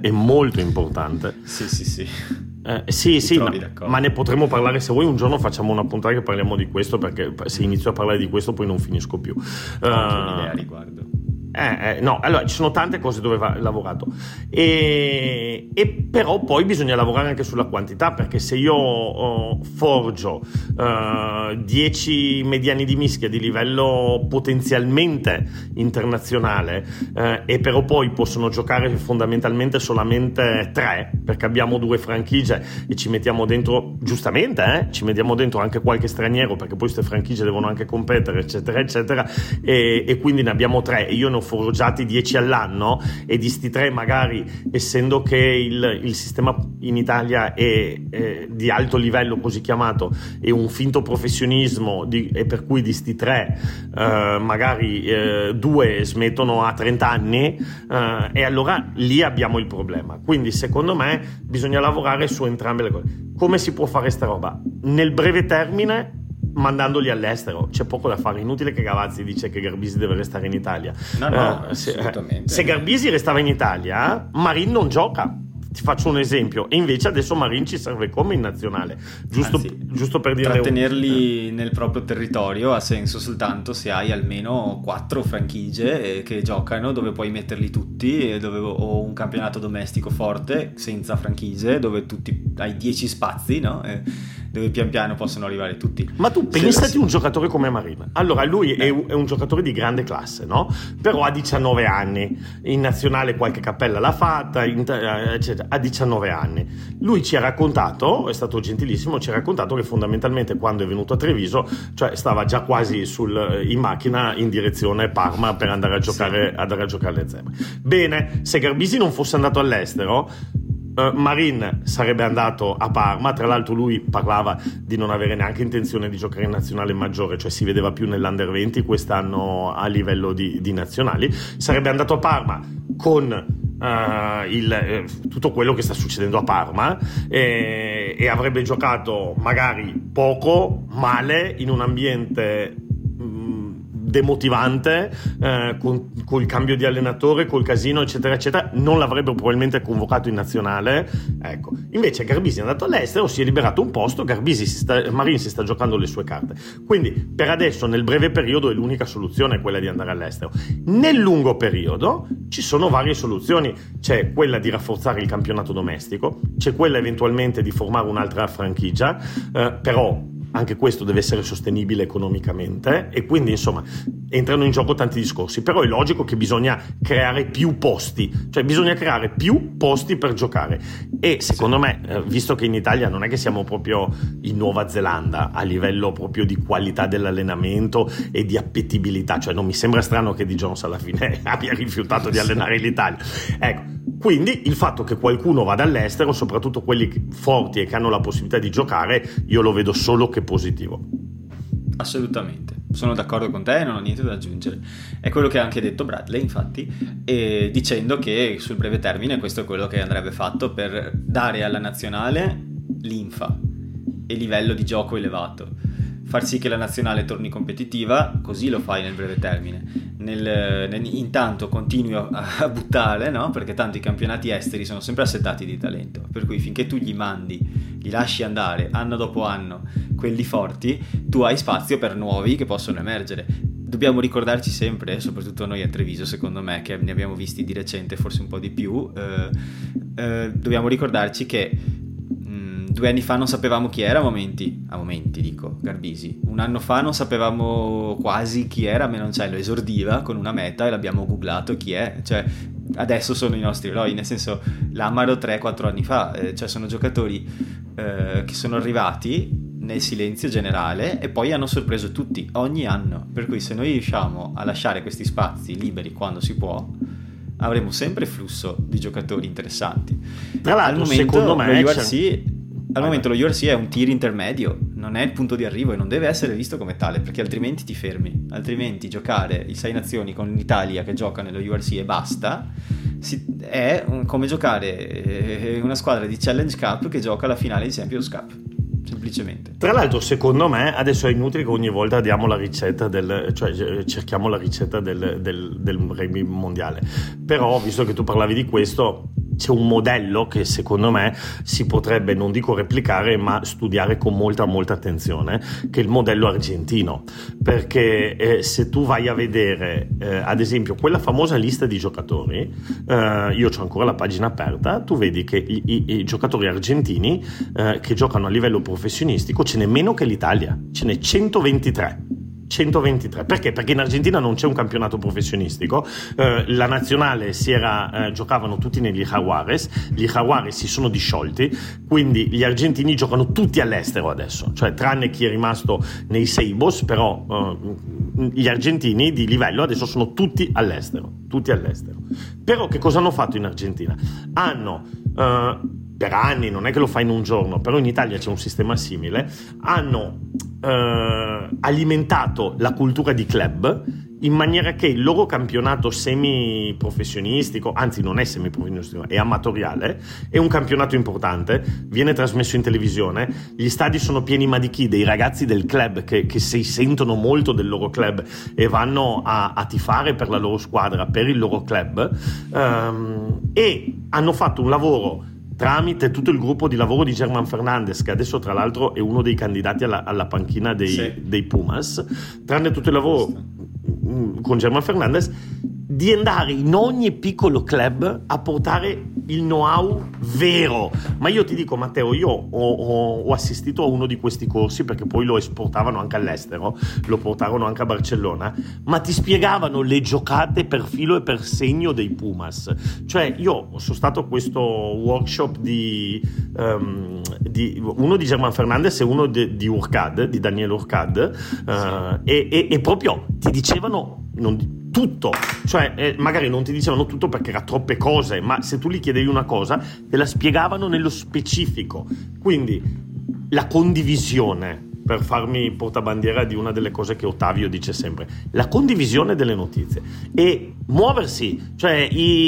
Sì, no, ma ne potremo parlare, se vuoi un giorno facciamo una puntata che parliamo di questo, perché se inizio a parlare di questo poi non finisco più. Ho un'idea a riguardo. No, allora ci sono tante cose dove va lavorato, e però poi bisogna lavorare anche sulla quantità, perché se io forgio 10 mediani di mischia di livello potenzialmente internazionale, e però poi possono giocare fondamentalmente solamente 3, perché abbiamo 2 franchigie e ci mettiamo dentro, giustamente, ci mettiamo dentro anche qualche straniero, perché poi queste franchigie devono anche competere, eccetera eccetera, e quindi ne abbiamo 3 e io ne ho forgiati 10 all'anno, e di sti 3 magari, essendo che il sistema in Italia è di alto livello così chiamato, è un finto professionismo, e per cui di sti 3 magari 2 smettono a 30 anni, e allora lì abbiamo il problema. Quindi secondo me bisogna lavorare su entrambe le cose. Come si può fare sta roba? Nel breve termine, mandandoli all'estero. C'è poco da fare, inutile che Gavazzi dice che Garbisi deve restare in Italia. No, assolutamente. Se Garbisi restava in Italia, Marin non gioca. Ti faccio un esempio, e invece adesso Marin ci serve come in nazionale, giusto per dire. Trattenerli nel proprio territorio ha senso soltanto se hai almeno 4 franchigie che giocano, dove puoi metterli tutti, o un campionato domestico forte senza franchigie, dove tutti hai 10 spazi, no? Dove pian piano possono arrivare tutti. Ma tu pensati un giocatore come Marin. Allora, lui è un giocatore di grande classe, no? Però ha 19 anni, in nazionale qualche cappella l'ha fatta, eccetera. A 19 anni lui ci ha raccontato, è stato gentilissimo, ci ha raccontato che fondamentalmente quando è venuto a Treviso, cioè stava già quasi in macchina in direzione Parma per andare a giocare alle Zebre. Bene, se Garbisi non fosse andato all'estero, Marin sarebbe andato a Parma. Tra l'altro lui parlava di non avere neanche intenzione di giocare in nazionale maggiore, cioè si vedeva più nell'Under 20 quest'anno a livello di nazionali. Sarebbe andato a Parma con tutto quello che sta succedendo a Parma, e avrebbe giocato magari poco, male, in un ambiente demotivante, col cambio di allenatore, col casino eccetera eccetera. Non l'avrebbero probabilmente convocato in nazionale, ecco. Invece Garbisi è andato all'estero, si è liberato un posto, Marin si sta giocando le sue carte, quindi per adesso nel breve periodo è l'unica soluzione quella di andare all'estero. Nel lungo periodo ci sono varie soluzioni, c'è quella di rafforzare il campionato domestico, c'è quella eventualmente di formare un'altra franchigia, però anche questo deve essere sostenibile economicamente, e quindi insomma entrano in gioco tanti discorsi. Però è logico che bisogna creare più posti, cioè bisogna creare più posti per giocare, e secondo me, visto che in Italia non è che siamo proprio in Nuova Zelanda a livello proprio di qualità dell'allenamento e di appetibilità, cioè non mi sembra strano che Di Jones alla fine abbia rifiutato di allenare l'Italia, ecco. Quindi il fatto che qualcuno vada all'estero, soprattutto quelli forti e che hanno la possibilità di giocare, io lo vedo solo che positivo. Assolutamente, sono d'accordo con te e non ho niente da aggiungere. È quello che ha anche detto Bradley, infatti, dicendo che sul breve termine questo è quello che andrebbe fatto per dare alla nazionale linfa e livello di gioco elevato, far sì che la nazionale torni competitiva. Così lo fai nel breve termine. Intanto continui a buttare, no? Perché tanto i campionati esteri sono sempre assetati di talento, per cui finché tu li lasci andare anno dopo anno quelli forti, tu hai spazio per nuovi che possono emergere. Dobbiamo ricordarci sempre, soprattutto noi a Treviso, secondo me, che ne abbiamo visti di recente forse un po' di più, dobbiamo ricordarci che 2 anni fa non sapevamo chi era a momenti dico, Garbisi. 1 anno fa non sapevamo quasi chi era, Menoncello esordiva con una meta e l'abbiamo googlato chi è, cioè adesso sono i nostri eroi, nel senso l'Amaro 3-4 anni fa, cioè sono giocatori che sono arrivati nel silenzio generale e poi hanno sorpreso tutti ogni anno, per cui se noi riusciamo a lasciare questi spazi liberi quando si può, avremo sempre flusso di giocatori interessanti. Tra l'altro, secondo me al momento lo URC è un tir intermedio, non è il punto di arrivo e non deve essere visto come tale, perché altrimenti ti fermi. Altrimenti giocare il 6 nazioni con l'Italia che gioca nello URC e basta è come giocare una squadra di Challenge Cup che gioca la finale di Champions Cup, semplicemente. Tra l'altro, secondo me adesso è inutile che ogni volta diamo la ricetta cioè cerchiamo la ricetta del rugby mondiale, però visto che tu parlavi di questo, c'è un modello che secondo me si potrebbe, non dico replicare, ma studiare con molta attenzione, che è il modello argentino, perché se tu vai a vedere ad esempio quella famosa lista di giocatori, io c'ho ancora la pagina aperta, tu vedi che i giocatori argentini che giocano a livello professionistico ce n'è meno che l'Italia, ce n'è 123. Perché? Perché in Argentina non c'è un campionato professionistico, la nazionale giocavano tutti negli Jaguares, gli Jaguares si sono disciolti, quindi gli argentini giocano tutti all'estero adesso, cioè tranne chi è rimasto nei Seibos, però gli argentini di livello adesso sono tutti all'estero. Però che cosa hanno fatto in Argentina? Hanno per anni, non è che lo fa in un giorno, però in Italia c'è un sistema simile, hanno alimentato la cultura di club in maniera che il loro campionato semiprofessionistico, anzi non è semiprofessionistico, è amatoriale, è un campionato importante, viene trasmesso in televisione, gli stadi sono pieni ma di chi? Dei ragazzi del club che si sentono molto del loro club e vanno a tifare per la loro squadra, per il loro club, e hanno fatto un lavoro tramite tutto il gruppo di lavoro di Germán Fernández, che adesso tra l'altro è uno dei candidati alla panchina dei Pumas, tranne tutto il lavoro con Germán Fernández, di andare in ogni piccolo club a portare il know-how vero. Ma io ti dico, Matteo, io ho assistito a uno di questi corsi, perché poi lo esportavano anche all'estero, lo portarono anche a Barcellona, ma ti spiegavano le giocate per filo e per segno dei Pumas. Cioè io sono stato a questo workshop di uno di Germán Fernández e uno di Urcad, di Daniel Urcad, e proprio ti dicevano tutto, cioè magari non ti dicevano tutto perché era troppe cose, ma se tu gli chiedevi una cosa te la spiegavano nello specifico. Quindi la condivisione, per farmi portabandiera di una delle cose che Ottavio dice sempre, la condivisione delle notizie e muoversi, cioè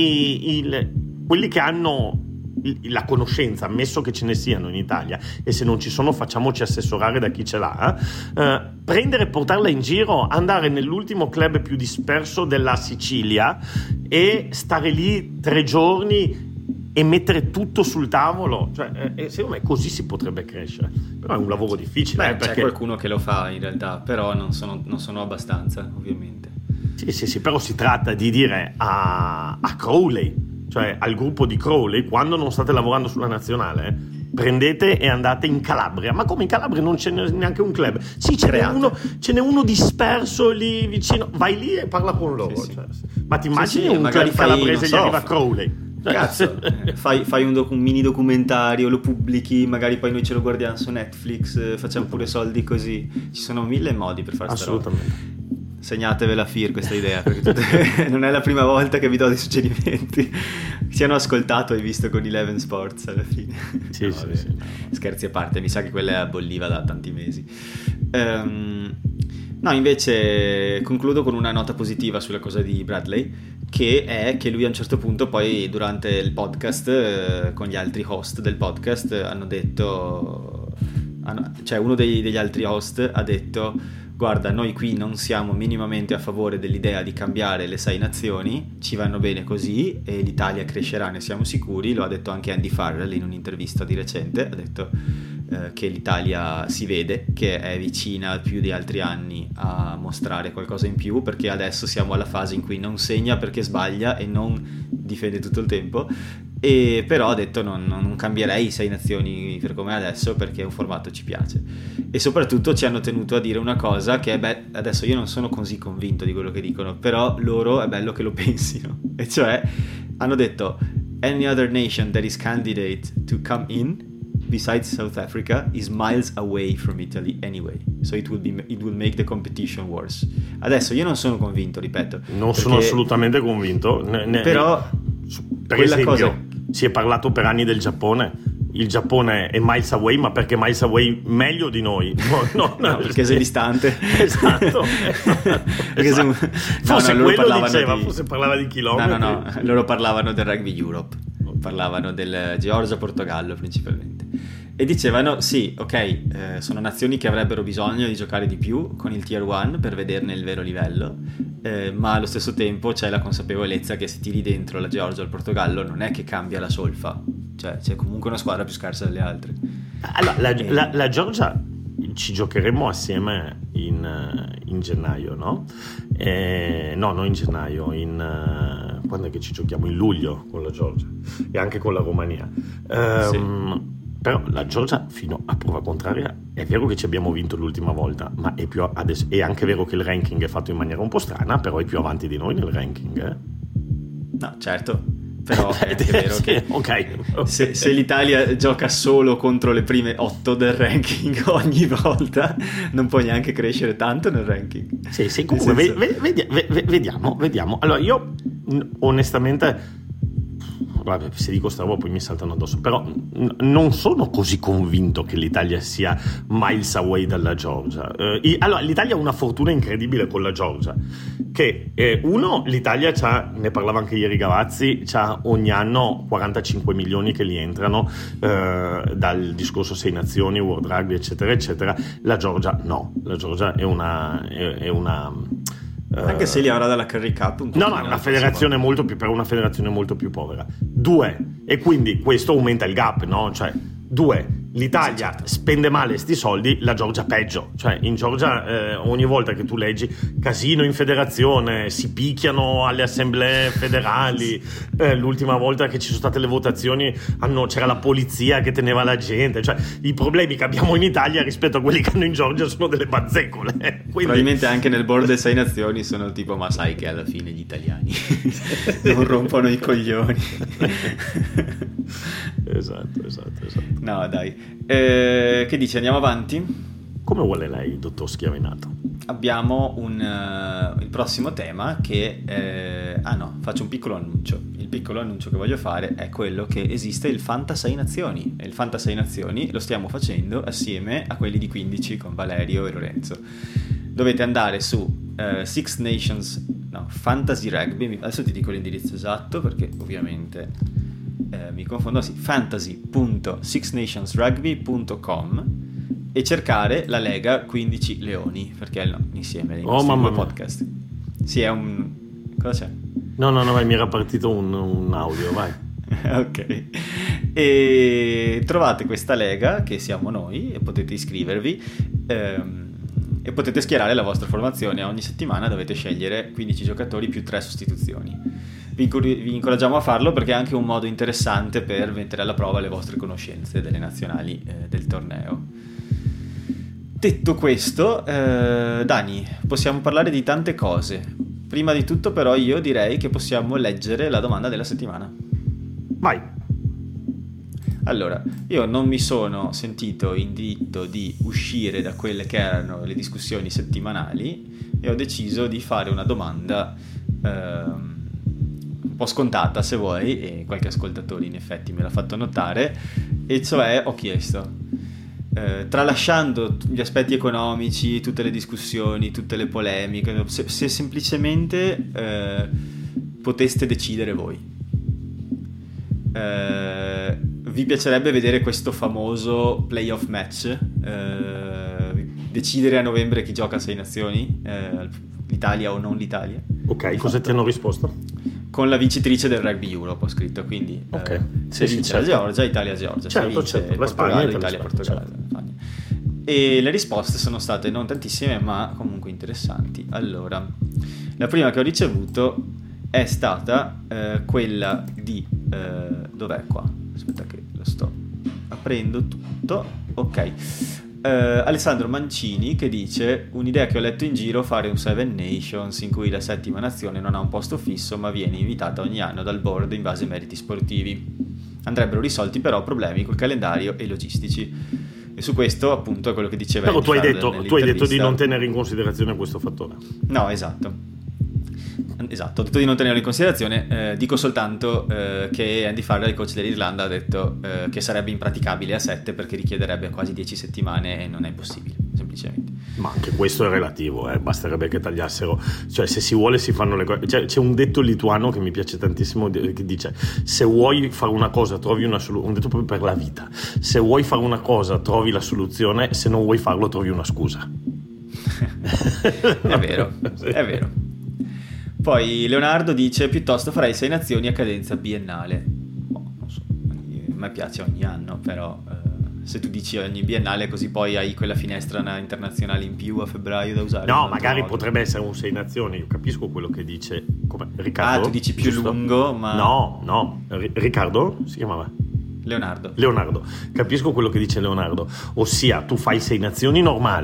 quelli che hanno la conoscenza, ammesso che ce ne siano in Italia, e se non ci sono facciamoci assessorare da chi ce l'ha, prendere e portarla in giro, andare nell'ultimo club più disperso della Sicilia e stare lì 3 giorni e mettere tutto sul tavolo, cioè, secondo me così si potrebbe crescere, però è un lavoro difficile. Perché c'è qualcuno che lo fa in realtà, però non sono abbastanza, ovviamente. Sì, però si tratta di dire a Crowley, cioè al gruppo di Crowley, quando non state lavorando sulla nazionale, prendete e andate in Calabria. Ma come in Calabria non c'è neanche un club? Sì, ce n'è uno disperso lì vicino, vai lì e parla con loro. Sì. Cioè, ma ti immagini un club calabrese gli arriva Crowley? Cazzo, fai un mini documentario, lo pubblichi, magari poi noi ce lo guardiamo su Netflix, facciamo pure soldi così. Ci sono 1000 modi per fare sta roba. Assolutamente. Segnatevela questa idea, perché non è la prima volta che vi do dei suggerimenti. Ci hanno ascoltato e visto con Eleven Sports alla fine. Sì. Scherzi a parte, mi sa che quella bolliva da tanti mesi. No, invece concludo con una nota positiva sulla cosa di Bradley, che è che lui a un certo punto poi durante il podcast con gli altri host del podcast hanno detto, cioè uno degli altri host ha detto: guarda, noi qui non siamo minimamente a favore dell'idea di cambiare le 6 nazioni, ci vanno bene così e l'Italia crescerà, ne siamo sicuri. Lo ha detto anche Andy Farrell in un'intervista di recente, ha detto che l'Italia si vede che è vicina più di altri anni a mostrare qualcosa in più, perché adesso siamo alla fase in cui non segna perché sbaglia e non difende tutto il tempo. E però ha detto non cambierei 6 nazioni per come è adesso, perché è un formato ci piace. E soprattutto ci hanno tenuto a dire una cosa che adesso io non sono così convinto di quello che dicono, però loro è bello che lo pensino, e cioè hanno detto: any other nation that is candidate to come in besides South Africa is miles away from Italy anyway, so it will make the competition worse. Adesso io non sono convinto, ripeto, sono assolutamente convinto, però per esempio si è parlato per anni del Giappone. Il Giappone è miles away, ma perché miles away meglio di noi? No, perché sei distante. Esatto. Forse quello diceva, forse parlava di chilometri. No, loro parlavano del Rugby Europe, parlavano del Georgia-Portogallo principalmente, e dicevano sì, ok, sono nazioni che avrebbero bisogno di giocare di più con il Tier 1 per vederne il vero livello, ma allo stesso tempo c'è la consapevolezza che se tiri dentro la Georgia o il Portogallo non è che cambia la solfa, cioè c'è comunque una squadra più scarsa delle altre. Allora, la Georgia ci giocheremo assieme in gennaio, no? No, non in gennaio, quando è che ci giochiamo? In luglio con la Georgia e anche con la Romania. Sì. Però la Georgia, fino a prova contraria, è vero che ci abbiamo vinto l'ultima volta, ma è anche vero che il ranking è fatto in maniera un po' strana, però è più avanti di noi nel ranking. No, certo, Però è anche vero che okay. Se l'Italia gioca solo contro le prime 8 del ranking ogni volta, non può neanche crescere tanto nel ranking. Sì, comunque vediamo. Allora, io onestamente, vabbè, se dico sta roba poi mi saltano addosso, però non sono così convinto che l'Italia sia miles away dalla Georgia. Allora, l'Italia ha una fortuna incredibile con la Georgia, che l'Italia c'ha, ne parlava anche ieri Gavazzi, c'ha ogni anno 45 milioni che gli entrano dal discorso 6 nazioni, World Rugby eccetera eccetera. La Georgia no, la Georgia è una anche se li avrà dalla Curry Cup un no, è una federazione molto più, per una federazione molto più povera. 2, e quindi questo aumenta il gap, no? Cioè, 2, l'Italia spende male sti soldi, la Georgia peggio. Cioè, in Georgia ogni volta che tu leggi casino in federazione, si picchiano alle assemblee federali, l'ultima volta che ci sono state le votazioni c'era la polizia che teneva la gente. Cioè, i problemi che abbiamo in Italia rispetto a quelli che hanno in Georgia sono delle bazzecole. Quindi... probabilmente anche nel board delle 6 nazioni sono tipo, ma sai che alla fine gli italiani non rompono i coglioni. Esatto. No, dai. Che dici, andiamo avanti? Come vuole lei, dottor Schiavinato? Abbiamo il prossimo tema che... faccio un piccolo annuncio. Il piccolo annuncio che voglio fare è quello che esiste il Fanta 6 Nazioni. E il Fanta 6 Nazioni lo stiamo facendo assieme a quelli di 15 con Valerio e Lorenzo. Dovete andare su Six Nations... No, Fantasy Rugby. Adesso ti dico l'indirizzo esatto perché ovviamente... mi confondo, sì, fantasy.sixnationsrugby.com e cercare la Lega 15 Leoni, perché è insieme dei nostri due podcast. Sì, è un... cosa c'è? No, vai, mi era partito un audio, vai. Ok. E trovate questa Lega, che siamo noi, e potete iscrivervi e potete schierare la vostra formazione. Ogni settimana dovete scegliere 15 giocatori più 3 sostituzioni. Vi incoraggiamo a farlo perché è anche un modo interessante per mettere alla prova le vostre conoscenze delle nazionali del torneo. Detto questo, Dani, possiamo parlare di tante cose. Prima di tutto però io direi che possiamo leggere la domanda della settimana. Vai. Allora, io non mi sono sentito in diritto di uscire da quelle che erano le discussioni settimanali e ho deciso di fare una domanda un po' scontata, se vuoi, e qualche ascoltatore in effetti me l'ha fatto notare, e cioè ho chiesto, tralasciando gli aspetti economici, tutte le discussioni, tutte le polemiche, se semplicemente poteste decidere voi, vi piacerebbe vedere questo famoso playoff match, decidere a novembre chi gioca a 6 nazioni, l'Italia o non l'Italia? Ok, cosa ti hanno risposto? Con la vincitrice del Rugby Europe ho scritto, quindi se vince la Georgia, Italia-Georgia, se vince Portogallo, Italia-Portogallo. E le risposte sono state non tantissime ma comunque interessanti. Allora, la prima che ho ricevuto è stata quella di dov'è qua? Aspetta che lo sto aprendo tutto. Ok. Alessandro Mancini che dice: un'idea che ho letto in giro, fare un Seven Nations in cui la settima nazione non ha un posto fisso ma viene invitata ogni anno dal board in base ai meriti sportivi. Andrebbero risolti però problemi col calendario e logistici. E su questo appunto è quello che diceva. Però tu hai detto di non tenere in considerazione questo fattore. No, esatto, ho detto di non tenerlo in considerazione. Dico soltanto che Andy Farrell, il coach dell'Irlanda, ha detto che sarebbe impraticabile a 7 perché richiederebbe quasi 10 settimane e non è possibile, semplicemente. Ma anche questo è relativo, basterebbe che tagliassero, cioè se si vuole si fanno le cose. C'è un detto lituano che mi piace tantissimo che dice: se vuoi fare una cosa trovi una soluzione, un detto proprio per la vita, se vuoi fare una cosa trovi la soluzione, se non vuoi farlo trovi una scusa. È vero, è vero. Poi Leonardo dice: piuttosto farei 6 nazioni a cadenza biennale. Non so, a me piace ogni anno, però se tu dici ogni biennale così poi hai quella finestra internazionale in più a febbraio da usare. No, magari potrebbe essere un 6 nazioni. Io capisco quello che dice Riccardo. Ah, tu dici più giusto? Lungo, ma no, Riccardo si chiamava? Leonardo. Capisco quello che dice Leonardo, ossia tu fai 6 nazioni normale,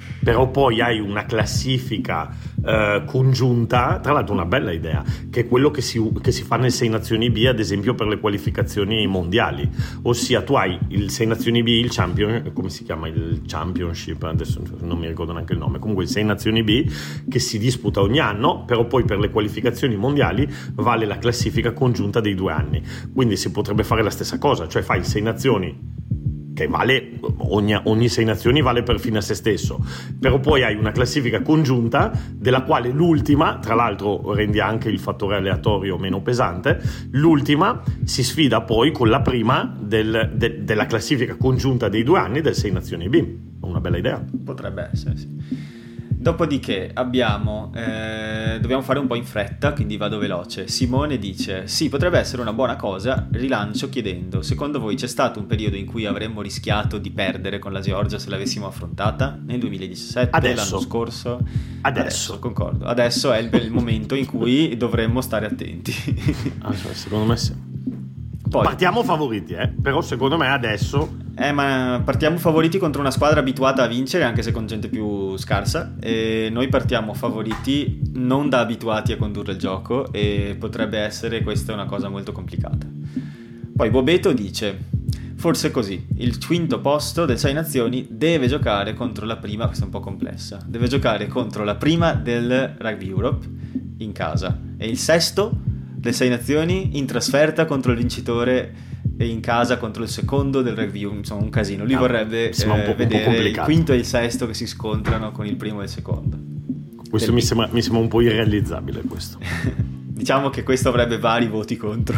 però poi hai una classifica congiunta, tra l'altro una bella idea, che è quello che si fa nel 6 Nazioni B, ad esempio per le qualificazioni mondiali, ossia tu hai il 6 Nazioni B, il champion, come si chiama, il championship, adesso non mi ricordo neanche il nome, comunque il 6 Nazioni B che si disputa ogni anno, però poi per le qualificazioni mondiali vale la classifica congiunta dei 2 anni, quindi si potrebbe fare la stessa cosa, cioè fai 6 nazioni che vale, ogni 6 nazioni vale per fine a se stesso, però poi hai una classifica congiunta della quale l'ultima, tra l'altro rendi anche il fattore aleatorio meno pesante, l'ultima si sfida poi con la prima della classifica congiunta dei 2 anni del 6 Nazioni B. Una bella idea. Potrebbe essere, sì. Dopodiché abbiamo, dobbiamo fare un po' in fretta, quindi vado veloce. Simone dice, sì, potrebbe essere una buona cosa, rilancio chiedendo, secondo voi c'è stato un periodo in cui avremmo rischiato di perdere con la Georgia se l'avessimo affrontata? Nel 2017, adesso. L'anno scorso? Adesso, concordo. Adesso è il momento in cui dovremmo stare attenti. Secondo me sì. Poi, partiamo favoriti, però secondo me adesso... ma partiamo favoriti contro una squadra abituata a vincere, anche se con gente più scarsa, e noi partiamo favoriti non da abituati a condurre il gioco, e potrebbe essere questa una cosa molto complicata. Poi Bobeto dice, forse così, il quinto posto del 6 Nazioni deve giocare contro la prima, questa è un po' complessa, deve giocare contro la prima del Rugby Europe in casa, e il sesto del 6 Nazioni in trasferta contro il vincitore e in casa contro il secondo del Rugby, insomma un casino. Lui vorrebbe vedere il quinto e il sesto che si scontrano con il primo e il secondo. Questo mi sembra un po' irrealizzabile questo. Diciamo che questo avrebbe vari voti contro.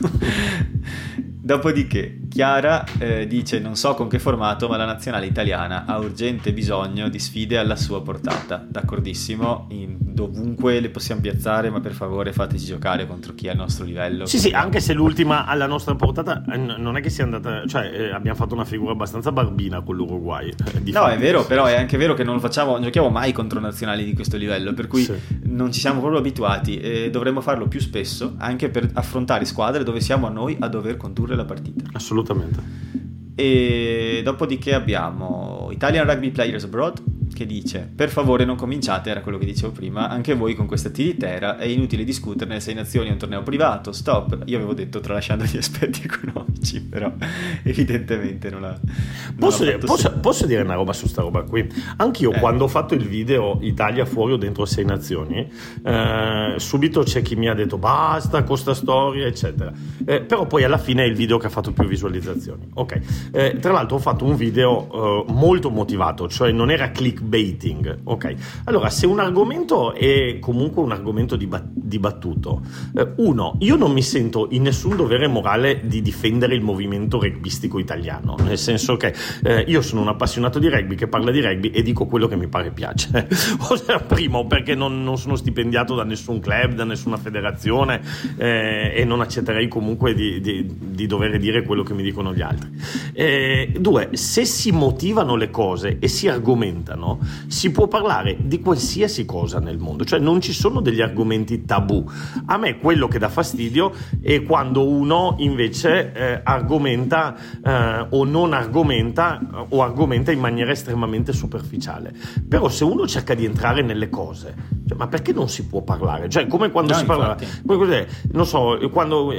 Dopodiché Chiara dice, non so con che formato, ma la nazionale italiana ha urgente bisogno di sfide alla sua portata. D'accordissimo, dovunque le possiamo piazzare, ma per favore fateci giocare contro chi è al nostro livello. Sì, anche se l'ultima alla nostra portata non è che sia andata, cioè abbiamo fatto una figura abbastanza barbina con l'Uruguay. No, è vero, però è anche vero che non giochiamo mai contro nazionali di questo livello, per cui non ci siamo proprio abituati, e dovremmo farlo più spesso anche per affrontare squadre dove siamo noi a dover condurre la partita. Assolutamente. E dopodiché abbiamo Italian Rugby Players Abroad che dice, per favore non cominciate, era quello che dicevo prima, anche voi con questa tiritera, è inutile discuterne, 6 Nazioni è un torneo privato, stop. Io avevo detto tralasciando gli aspetti economici, però evidentemente non l'ha posso dire una roba su sta roba qui? Anch'io quando ho fatto il video Italia fuori o dentro 6 Nazioni, subito c'è chi mi ha detto basta con sta storia eccetera, però poi alla fine è il video che ha fatto più visualizzazioni, ok. Tra l'altro ho fatto un video molto motivato, cioè non era clickbaiting, ok. Allora, se un argomento è comunque un argomento dibattuto, io non mi sento in nessun dovere morale di difendere il movimento rugbyistico italiano, nel senso che io sono un appassionato di rugby che parla di rugby e dico quello che mi pare piace. Primo, perché non sono stipendiato da nessun club, da nessuna federazione, e non accetterei comunque di dover dire quello che mi dicono gli altri. Due, se si motivano le cose e si argomentano, si può parlare di qualsiasi cosa nel mondo, cioè non ci sono degli argomenti tabù. A me quello che dà fastidio è quando uno invece argomenta o non argomenta o argomenta in maniera estremamente superficiale. Però se uno cerca di entrare nelle cose, cioè, ma perché non si può parlare? Cioè, come quando si parla, non so, quando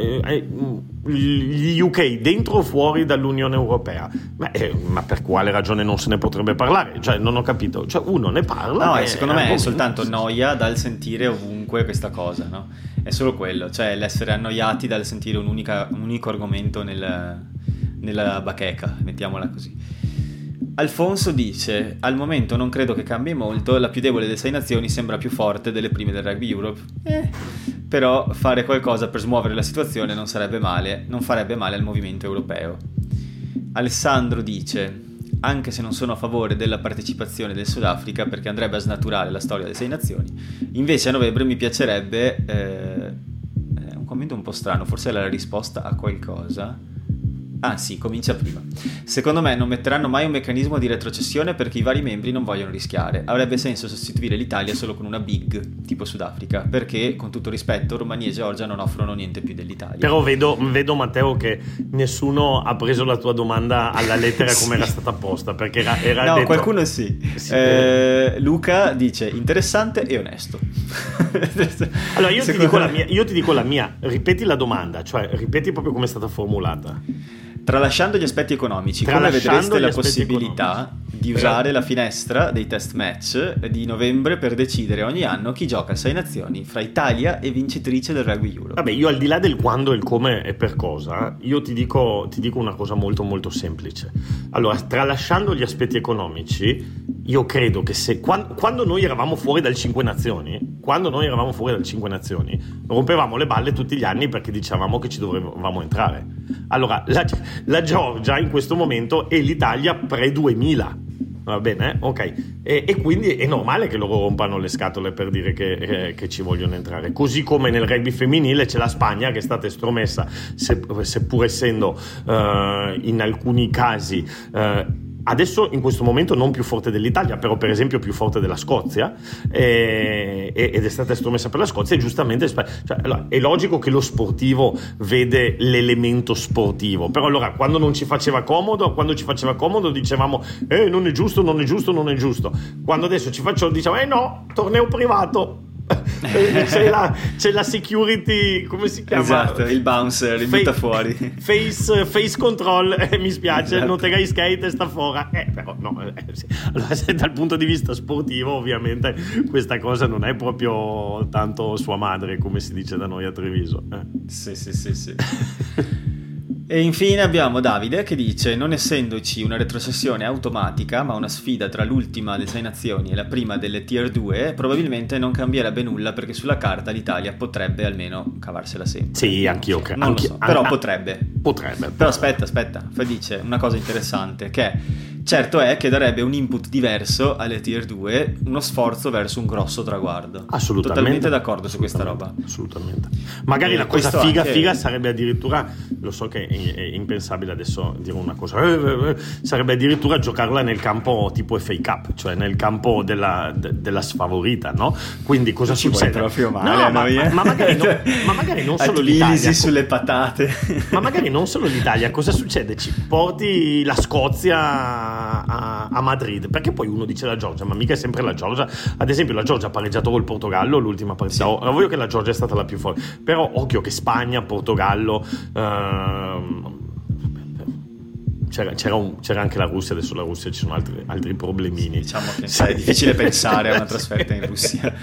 gli UK dentro o fuori dall'Unione Europea, ma per quale ragione non se ne potrebbe parlare? Cioè, non ho capito, cioè uno ne parla. No, secondo me è soltanto noia dal sentire ovunque questa cosa, no? È solo quello, cioè l'essere annoiati dal sentire un unico argomento nella bacheca, mettiamola così. Alfonso dice, al momento non credo che cambi molto, la più debole delle 6 nazioni sembra più forte delle prime del Rugby Europe, però fare qualcosa per smuovere la situazione non farebbe male al movimento europeo. Alessandro dice, anche se non sono a favore della partecipazione del Sudafrica perché andrebbe a snaturare la storia delle 6 nazioni, invece a novembre mi piacerebbe un commento un po' strano, forse è la risposta a qualcosa. Ah sì, comincia prima. Secondo me non metteranno mai un meccanismo di retrocessione perché i vari membri non vogliono rischiare. Avrebbe senso sostituire l'Italia solo con una big, tipo Sudafrica, perché, con tutto rispetto, Romania e Georgia non offrono niente più dell'Italia. Però vedo Matteo che nessuno ha preso la tua domanda alla lettera come Sì. era stata posta, perché era No, detto... qualcuno sì. Luca dice interessante e onesto. Allora io ti dico la mia, ripeti la domanda, cioè ripeti proprio come è stata formulata. Tralasciando gli aspetti economici, come vedreste la possibilità di usare la finestra dei test match di novembre per decidere ogni anno chi gioca a 6 nazioni fra Italia e vincitrice del Rugby Euro? Vabbè, io al di là del quando, il come e per cosa, io ti dico una cosa molto molto semplice. Allora, tralasciando gli aspetti economici, io credo che quando noi eravamo fuori dal 5 nazioni, rompevamo le balle tutti gli anni perché dicevamo che ci dovevamo entrare. Allora, la Georgia in questo momento è l'Italia pre-2000. Va bene? Ok. E quindi è normale che loro rompano le scatole per dire che ci vogliono entrare. Così come nel rugby femminile c'è la Spagna che è stata estromessa, seppur essendo in alcuni casi adesso in questo momento non più forte dell'Italia, però per esempio più forte della Scozia, ed è stata estromessa per la Scozia, e giustamente allora, è logico che lo sportivo vede l'elemento sportivo, però allora quando ci faceva comodo dicevamo non è giusto, quando adesso diciamo no, torneo privato. c'è la security, come si chiama? Esatto, il bouncer, il butta fuori. Face control, mi spiace, esatto. Non te gai skate sta fuori. Però no, sì. Allora, se dal punto di vista sportivo ovviamente questa cosa non è proprio tanto sua madre, come si dice da noi a Treviso. Sì. E infine abbiamo Davide che dice: non essendoci una retrocessione automatica ma una sfida tra l'ultima delle 6 nazioni e la prima delle tier 2, probabilmente non cambierebbe nulla, perché sulla carta l'Italia potrebbe almeno cavarsela sempre. Sì, anch'io credo. Non lo so, però potrebbe. Però aspetta, poi dice una cosa interessante, che è: certo è che darebbe un input diverso alle tier 2, uno sforzo verso un grosso traguardo. Assolutamente. Totalmente d'accordo su questa roba. Assolutamente. Magari la cosa figa sarebbe addirittura, lo so che è impensabile adesso dire una cosa, sarebbe addirittura giocarla nel campo tipo FA Cup, cioè nel campo della sfavorita, no? Quindi cosa succede? Proprio male, no, ma magari non solo l'Italia. Sulle patate. Ma magari non solo l'Italia, cosa succede? Ci porti la Scozia a Madrid, perché poi uno dice la Georgia, ma mica è sempre la Georgia. Ad esempio la Georgia ha pareggiato col Portogallo l'ultima partita, sì. Voglio che la Georgia è stata la più forte, però occhio che Spagna, Portogallo, c'era anche la Russia. Adesso la Russia ci sono altri problemini. Diciamo che è difficile pensare a una trasferta in Russia.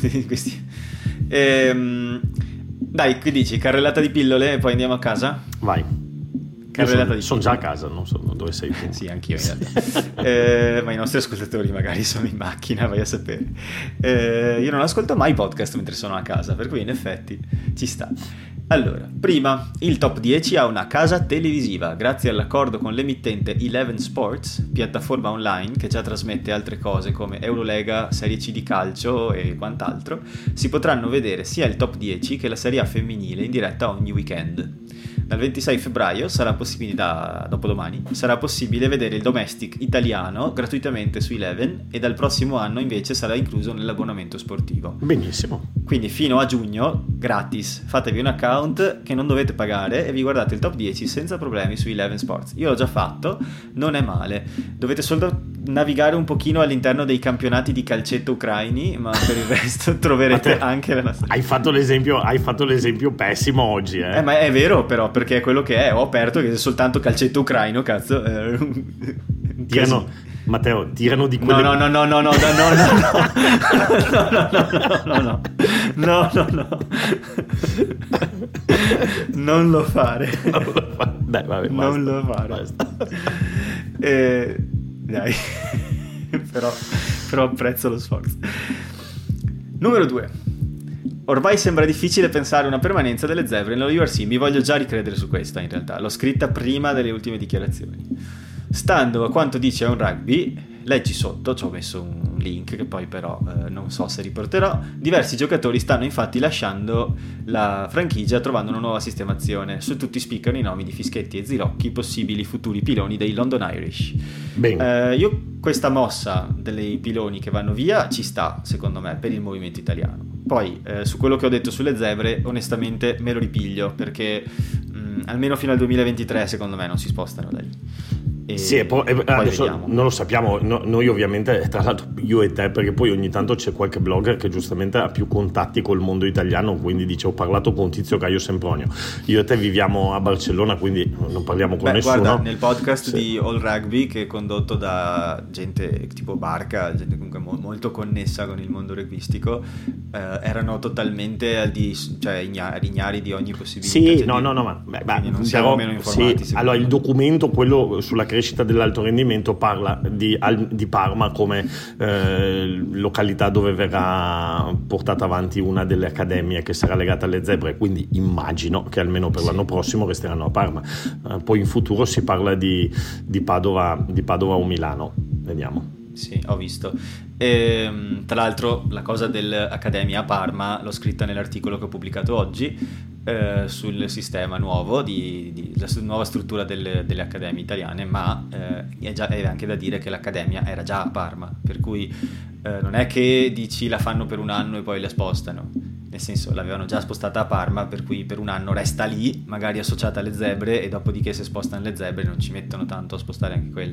Dai, che dici? Carrellata di pillole e poi andiamo a casa? Vai. Sono già a casa, non so dove sei tu. Sì, anch'io in realtà. Ma i nostri ascoltatori magari sono in macchina, vai a sapere. Io non ascolto mai podcast mentre sono a casa, per cui in effetti ci sta. Allora, prima, il top 10 ha una casa televisiva. Grazie all'accordo con l'emittente Eleven Sports, piattaforma online che già trasmette altre cose come Eurolega, Serie C di calcio e quant'altro, si potranno vedere sia il top 10 che la Serie A femminile in diretta ogni weekend. Dal 26 febbraio dopodomani, sarà possibile vedere il Domestic italiano gratuitamente su Eleven, e dal prossimo anno invece sarà incluso nell'abbonamento sportivo. Benissimo. Quindi fino a giugno, gratis, fatevi un account che non dovete pagare e vi guardate il top 10 senza problemi su Eleven Sports. Io l'ho già fatto, non è male. Dovete solo navigare un pochino all'interno dei campionati di calcetto ucraini, ma per il resto troverete anche la nostra. Hai fatto l'esempio pessimo oggi, ma è vero, però, perché è quello che è. Ho aperto che è soltanto calcetto ucraino, cazzo. Matteo, tirano di quelle... No. Non lo fare. Dai, vabbè, non lo fare. Basta. Dai. però apprezzo lo sforzo. Numero 2. Ormai sembra difficile pensare una permanenza delle zebre nello URC. Mi voglio già ricredere su questa, in realtà. L'ho scritta prima delle ultime dichiarazioni. Stando a quanto dice On Rugby, leggi sotto, ci ho messo un link che poi però non so se riporterò. Diversi giocatori stanno infatti lasciando la franchigia trovando una nuova sistemazione. Su tutti spiccano i nomi di Fischetti e Zilocchi, possibili futuri piloni dei London Irish. Io questa mossa dei piloni che vanno via ci sta, secondo me, per il movimento italiano. Poi su quello che ho detto sulle zebre, onestamente me lo ripiglio, perché almeno fino al 2023 secondo me non si spostano da lì. Sì, poi adesso vediamo. Non lo sappiamo, noi ovviamente, tra l'altro io e te, perché poi ogni tanto c'è qualche blogger che giustamente ha più contatti col mondo italiano, quindi dice ho parlato con Tizio Caio Sempronio. Io e te viviamo a Barcellona, quindi non parliamo con nessuno. Guarda, nel podcast di All Rugby, che è condotto da gente tipo Barca, gente comunque molto connessa con il mondo rugbyistico, erano totalmente ignari di ogni possibilità. Sì, no, ma non siamo meno informati. Sì, allora il documento, quello sulla crescita dell'alto rendimento, parla di Parma come località dove verrà portata avanti una delle accademie che sarà legata alle zebre, quindi immagino che almeno per l'anno prossimo resteranno a Parma. Poi in futuro si parla di Padova o Milano, vediamo. Sì, ho visto. Tra l'altro la cosa dell'Accademia a Parma l'ho scritta nell'articolo che ho pubblicato oggi, sul sistema nuovo la nuova struttura delle accademie italiane, ma è anche da dire che l'Accademia era già a Parma, per cui non è che dici la fanno per un anno e poi la spostano, nel senso l'avevano già spostata a Parma, per cui per un anno resta lì, magari associata alle zebre, e dopodiché se spostano le zebre non ci mettono tanto a spostare anche quella.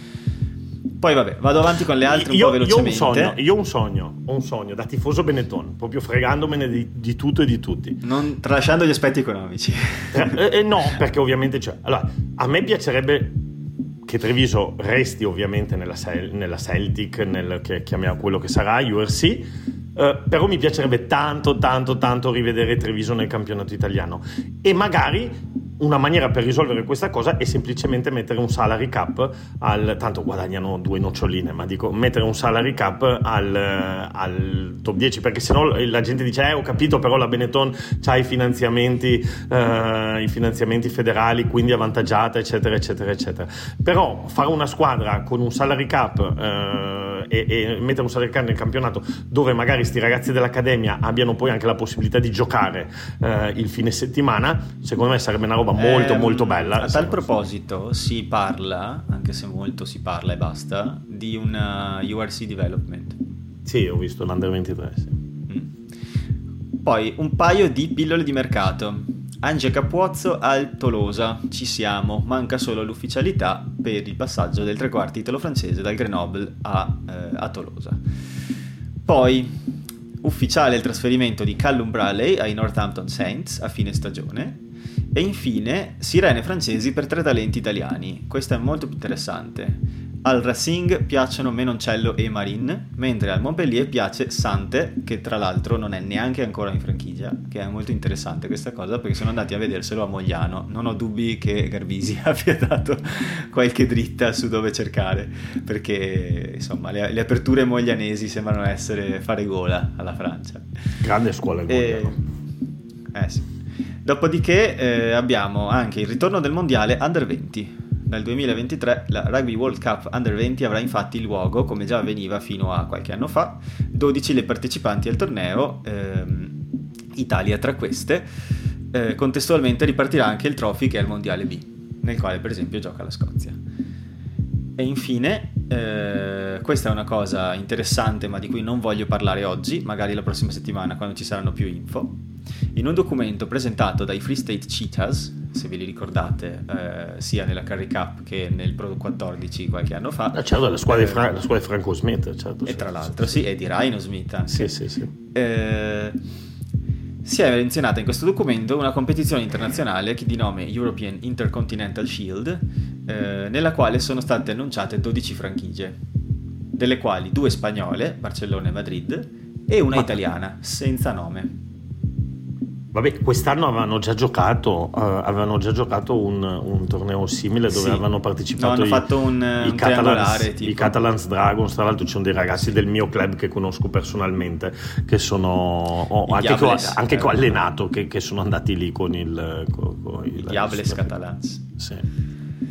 Poi vabbè, vado avanti con le altre un po' velocemente. Io ho un sogno da tifoso Benetton, proprio fregandomene di tutto e di tutti, non tralasciando gli aspetti economici. No, perché ovviamente allora, a me piacerebbe che Treviso resti ovviamente nella Celtic, che chiamiamo quello che sarà URC, però mi piacerebbe tanto rivedere Treviso nel campionato italiano, e magari una maniera per risolvere questa cosa è semplicemente mettere un salary cap tanto guadagnano 2 noccioline, ma dico mettere un salary cap al top 10, perché sennò la gente dice ho capito, però la Benetton c'ha i finanziamenti federali, quindi avvantaggiata, eccetera. Però fare una squadra con un salary cap e mettere un salary cap nel campionato, dove magari sti ragazzi dell'accademia abbiano poi anche la possibilità di giocare il fine settimana, secondo me sarebbe una roba molto bella. A tal proposito si parla, anche se molto si parla e basta, di una URC development. Sì, ho visto l'Under 23, sì. Poi un paio di pillole di mercato. Ange Capuozzo al Tolosa, ci siamo, manca solo l'ufficialità per il passaggio del trequarti italo-francese dal Grenoble a Tolosa. Poi ufficiale il trasferimento di Callum Bradley ai Northampton Saints a fine stagione. E infine sirene francesi per 3 talenti italiani. Questo è molto più interessante. Al Racing piacciono Menoncello e Marin, mentre al Montpellier piace Sante, che tra l'altro non è neanche ancora in franchigia, che è molto interessante questa cosa, perché sono andati a vederselo a Mogliano. Non ho dubbi che Garbisi abbia dato qualche dritta su dove cercare, perché insomma le aperture moglianesi sembrano fare gola alla Francia. Grande scuola il Mogliano. Sì. Dopodiché abbiamo anche il ritorno del mondiale Under 20. Nel 2023 la Rugby World Cup Under 20 avrà infatti luogo, come già avveniva fino a qualche anno fa, 12 le partecipanti al torneo, Italia tra queste. Contestualmente ripartirà anche il trophy, che è il mondiale B, nel quale per esempio gioca la Scozia. E infine questa è una cosa interessante, ma di cui non voglio parlare oggi, magari la prossima settimana quando ci saranno più info. In un documento presentato dai Free State Cheetahs, se ve li ricordate, sia nella Currie Cup che nel Pro 14 qualche anno fa, certo, la squadra di Franco Smith, certo, e tra l'altro sì, e di Rhino Smith anche. Sì. Si è menzionata in questo documento una competizione internazionale di nome European Intercontinental Shield, nella quale sono state annunciate 12 franchigie, delle quali 2 spagnole, Barcellona e Madrid, e una italiana senza nome. Vabbè, quest'anno avevano già giocato un torneo simile dove avevano partecipato hanno fatto un triangolare tipo. I Catalans Dragons. Tra l'altro ci sono dei ragazzi del mio club che conosco personalmente, che sono anche che ho allenato, che sono andati lì con il Diables Catalans. Sì.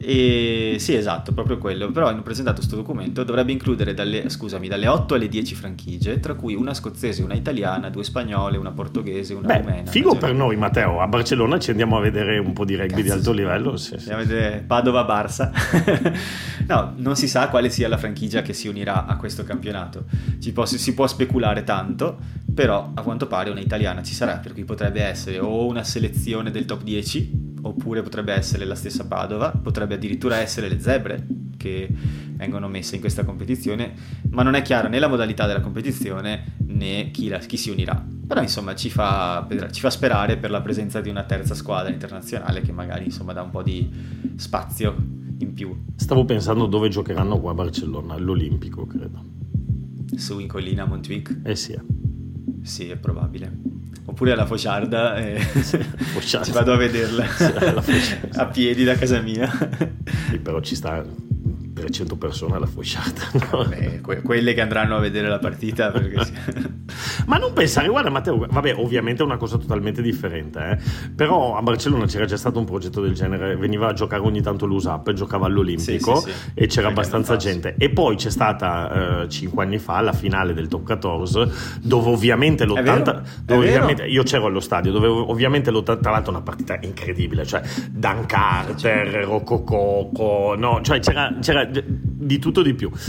E sì, esatto, proprio quello. Però hanno presentato questo documento, dovrebbe includere dalle 8 alle 10 franchigie, tra cui una scozzese, una italiana, 2 spagnole, una portoghese, una rumena. Figo per noi, Matteo. A Barcellona ci andiamo a vedere un po' di rugby di alto livello. Sì. Andiamo a vedere Padova-Barça. No, non si sa quale sia la franchigia che si unirà a questo campionato. Si può speculare tanto, però a quanto pare una italiana ci sarà, per cui potrebbe essere o una selezione del top 10, oppure potrebbe essere la stessa Padova, potrebbe addirittura essere le Zebre che vengono messe in questa competizione, ma non è chiara né la modalità della competizione né chi si unirà. Però insomma ci fa sperare per la presenza di una terza squadra internazionale che magari insomma dà un po' di spazio in più. Stavo pensando dove giocheranno qua a Barcellona, all'Olimpico credo. Su in collina a Montjuic? Sì, è probabile. Oppure alla Fociarda Fociarda. Ci vado a vederla a piedi da casa mia. Sì, però ci sta 300 persone alla Fociarda, no? Vabbè, quelle che andranno a vedere la partita perché ma non pensare, guarda Matteo, vabbè, ovviamente è una cosa totalmente differente, però a Barcellona c'era già stato un progetto del genere, veniva a giocare ogni tanto l'USAP, giocava all'Olimpico, sì. E c'era abbastanza gente, e poi c'è stata 5 anni fa la finale del Top 14 dove ovviamente ovviamente, io c'ero allo stadio, dove ovviamente tra l'altro una partita incredibile, cioè Dan Carter, Rocco Coco, no, cioè c'era di tutto di più,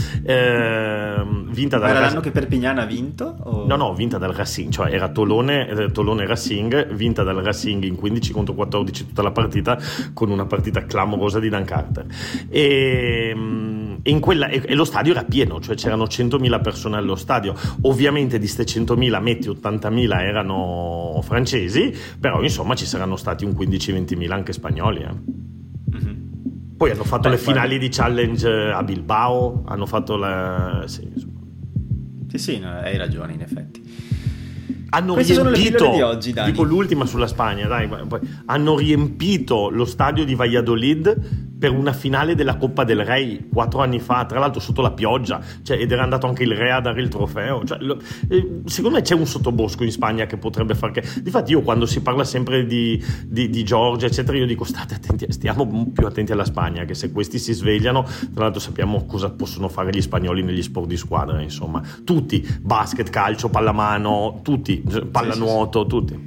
vinta dalla era l'anno che Perpignan ha vinto? O... No, vinta dal Racing, cioè era Tolone Racing, vinta dal Racing in 15 contro 14 tutta la partita, con una partita clamorosa di Dan Carter, e lo stadio era pieno, cioè c'erano 100.000 persone allo stadio. Ovviamente di ste 100.000 metti 80.000 erano francesi, però insomma ci saranno stati un 15-20.000 anche spagnoli, Poi hanno fatto le finali di Challenge a Bilbao, hanno fatto Sì, no, hai ragione in effetti. Queste sono le pillole di oggi, Dani. Tipo l'ultima sulla Spagna, dai. Hanno riempito lo stadio di Valladolid per una finale della Coppa del Rey 4 anni fa, tra l'altro sotto la pioggia, cioè, ed era andato anche il re a dare il trofeo, cioè, secondo me c'è un sottobosco in Spagna che potrebbe far difatti io quando si parla sempre di Georgia eccetera, io dico state attenti, stiamo più attenti alla Spagna, che se questi si svegliano, tra l'altro sappiamo cosa possono fare gli spagnoli negli sport di squadra, insomma, tutti, basket, calcio, pallamano, tutti, pallanuoto, tutti.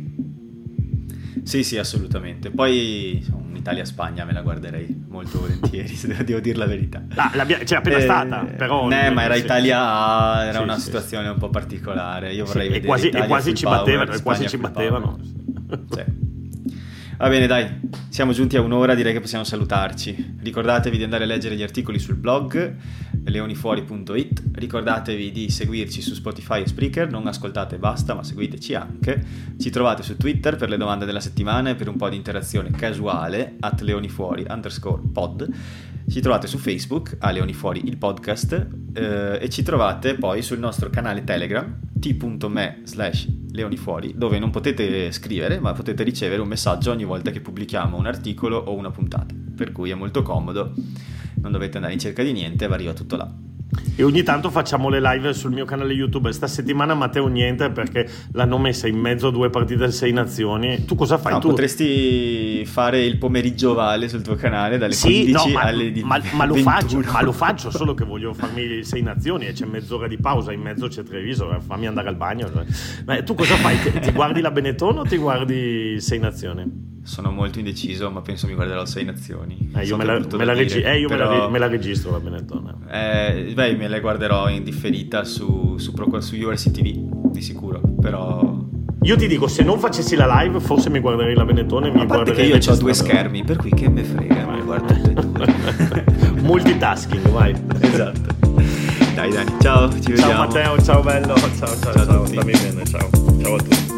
Sì, assolutamente. Poi un'Italia-Spagna me la guarderei molto volentieri, se devo dire la verità. C'è appena stata, però. Ma era Italia, era una situazione un po' particolare. Io vorrei vedere quasi ci battevano. Sì. Va bene, dai, siamo giunti a un'ora, direi che possiamo salutarci. Ricordatevi di andare a leggere gli articoli sul blog leonifuori.it, ricordatevi di seguirci su Spotify e Spreaker, non ascoltate e basta, ma seguiteci anche. Ci trovate su Twitter per le domande della settimana e per un po' di interazione casuale @leonifuori_pod. Ci trovate su Facebook a Leonifuori il podcast, e ci trovate poi sul nostro canale Telegram t.me/leonifuori, dove non potete scrivere ma potete ricevere un messaggio ogni volta che pubblichiamo un articolo o una puntata, per cui è molto comodo, non dovete andare in cerca di niente, va arriva tutto là. E ogni tanto facciamo le live sul mio canale YouTube. Sta settimana Matteo niente, perché l'hanno messa in mezzo a 2 partite del 6 Nazioni. Tu cosa fai? No, potresti fare il pomeriggio ovale sul tuo canale dalle 15 alle 21. Ma lo faccio, solo che voglio farmi il 6 Nazioni e c'è mezz'ora di pausa, in mezzo c'è Treviso, fammi andare al bagno. Ma tu cosa fai? Ti guardi la Benetton o ti guardi il 6 Nazioni? Sono molto indeciso, ma penso mi guarderò 6 Nazioni. Io me la registro la Benetton. Me la guarderò in differita su URC TV di sicuro, però io ti dico, se non facessi la live forse mi guarderei la Benetton e mi guarderei. Che io ho 2 schermi, per cui che me frega, me le guardo tutte e 2. Multitasking, vai. Esatto. Dai, ciao, ci vediamo. Ciao Matteo, ciao bello, ciao, stammi bene, ciao a tutti.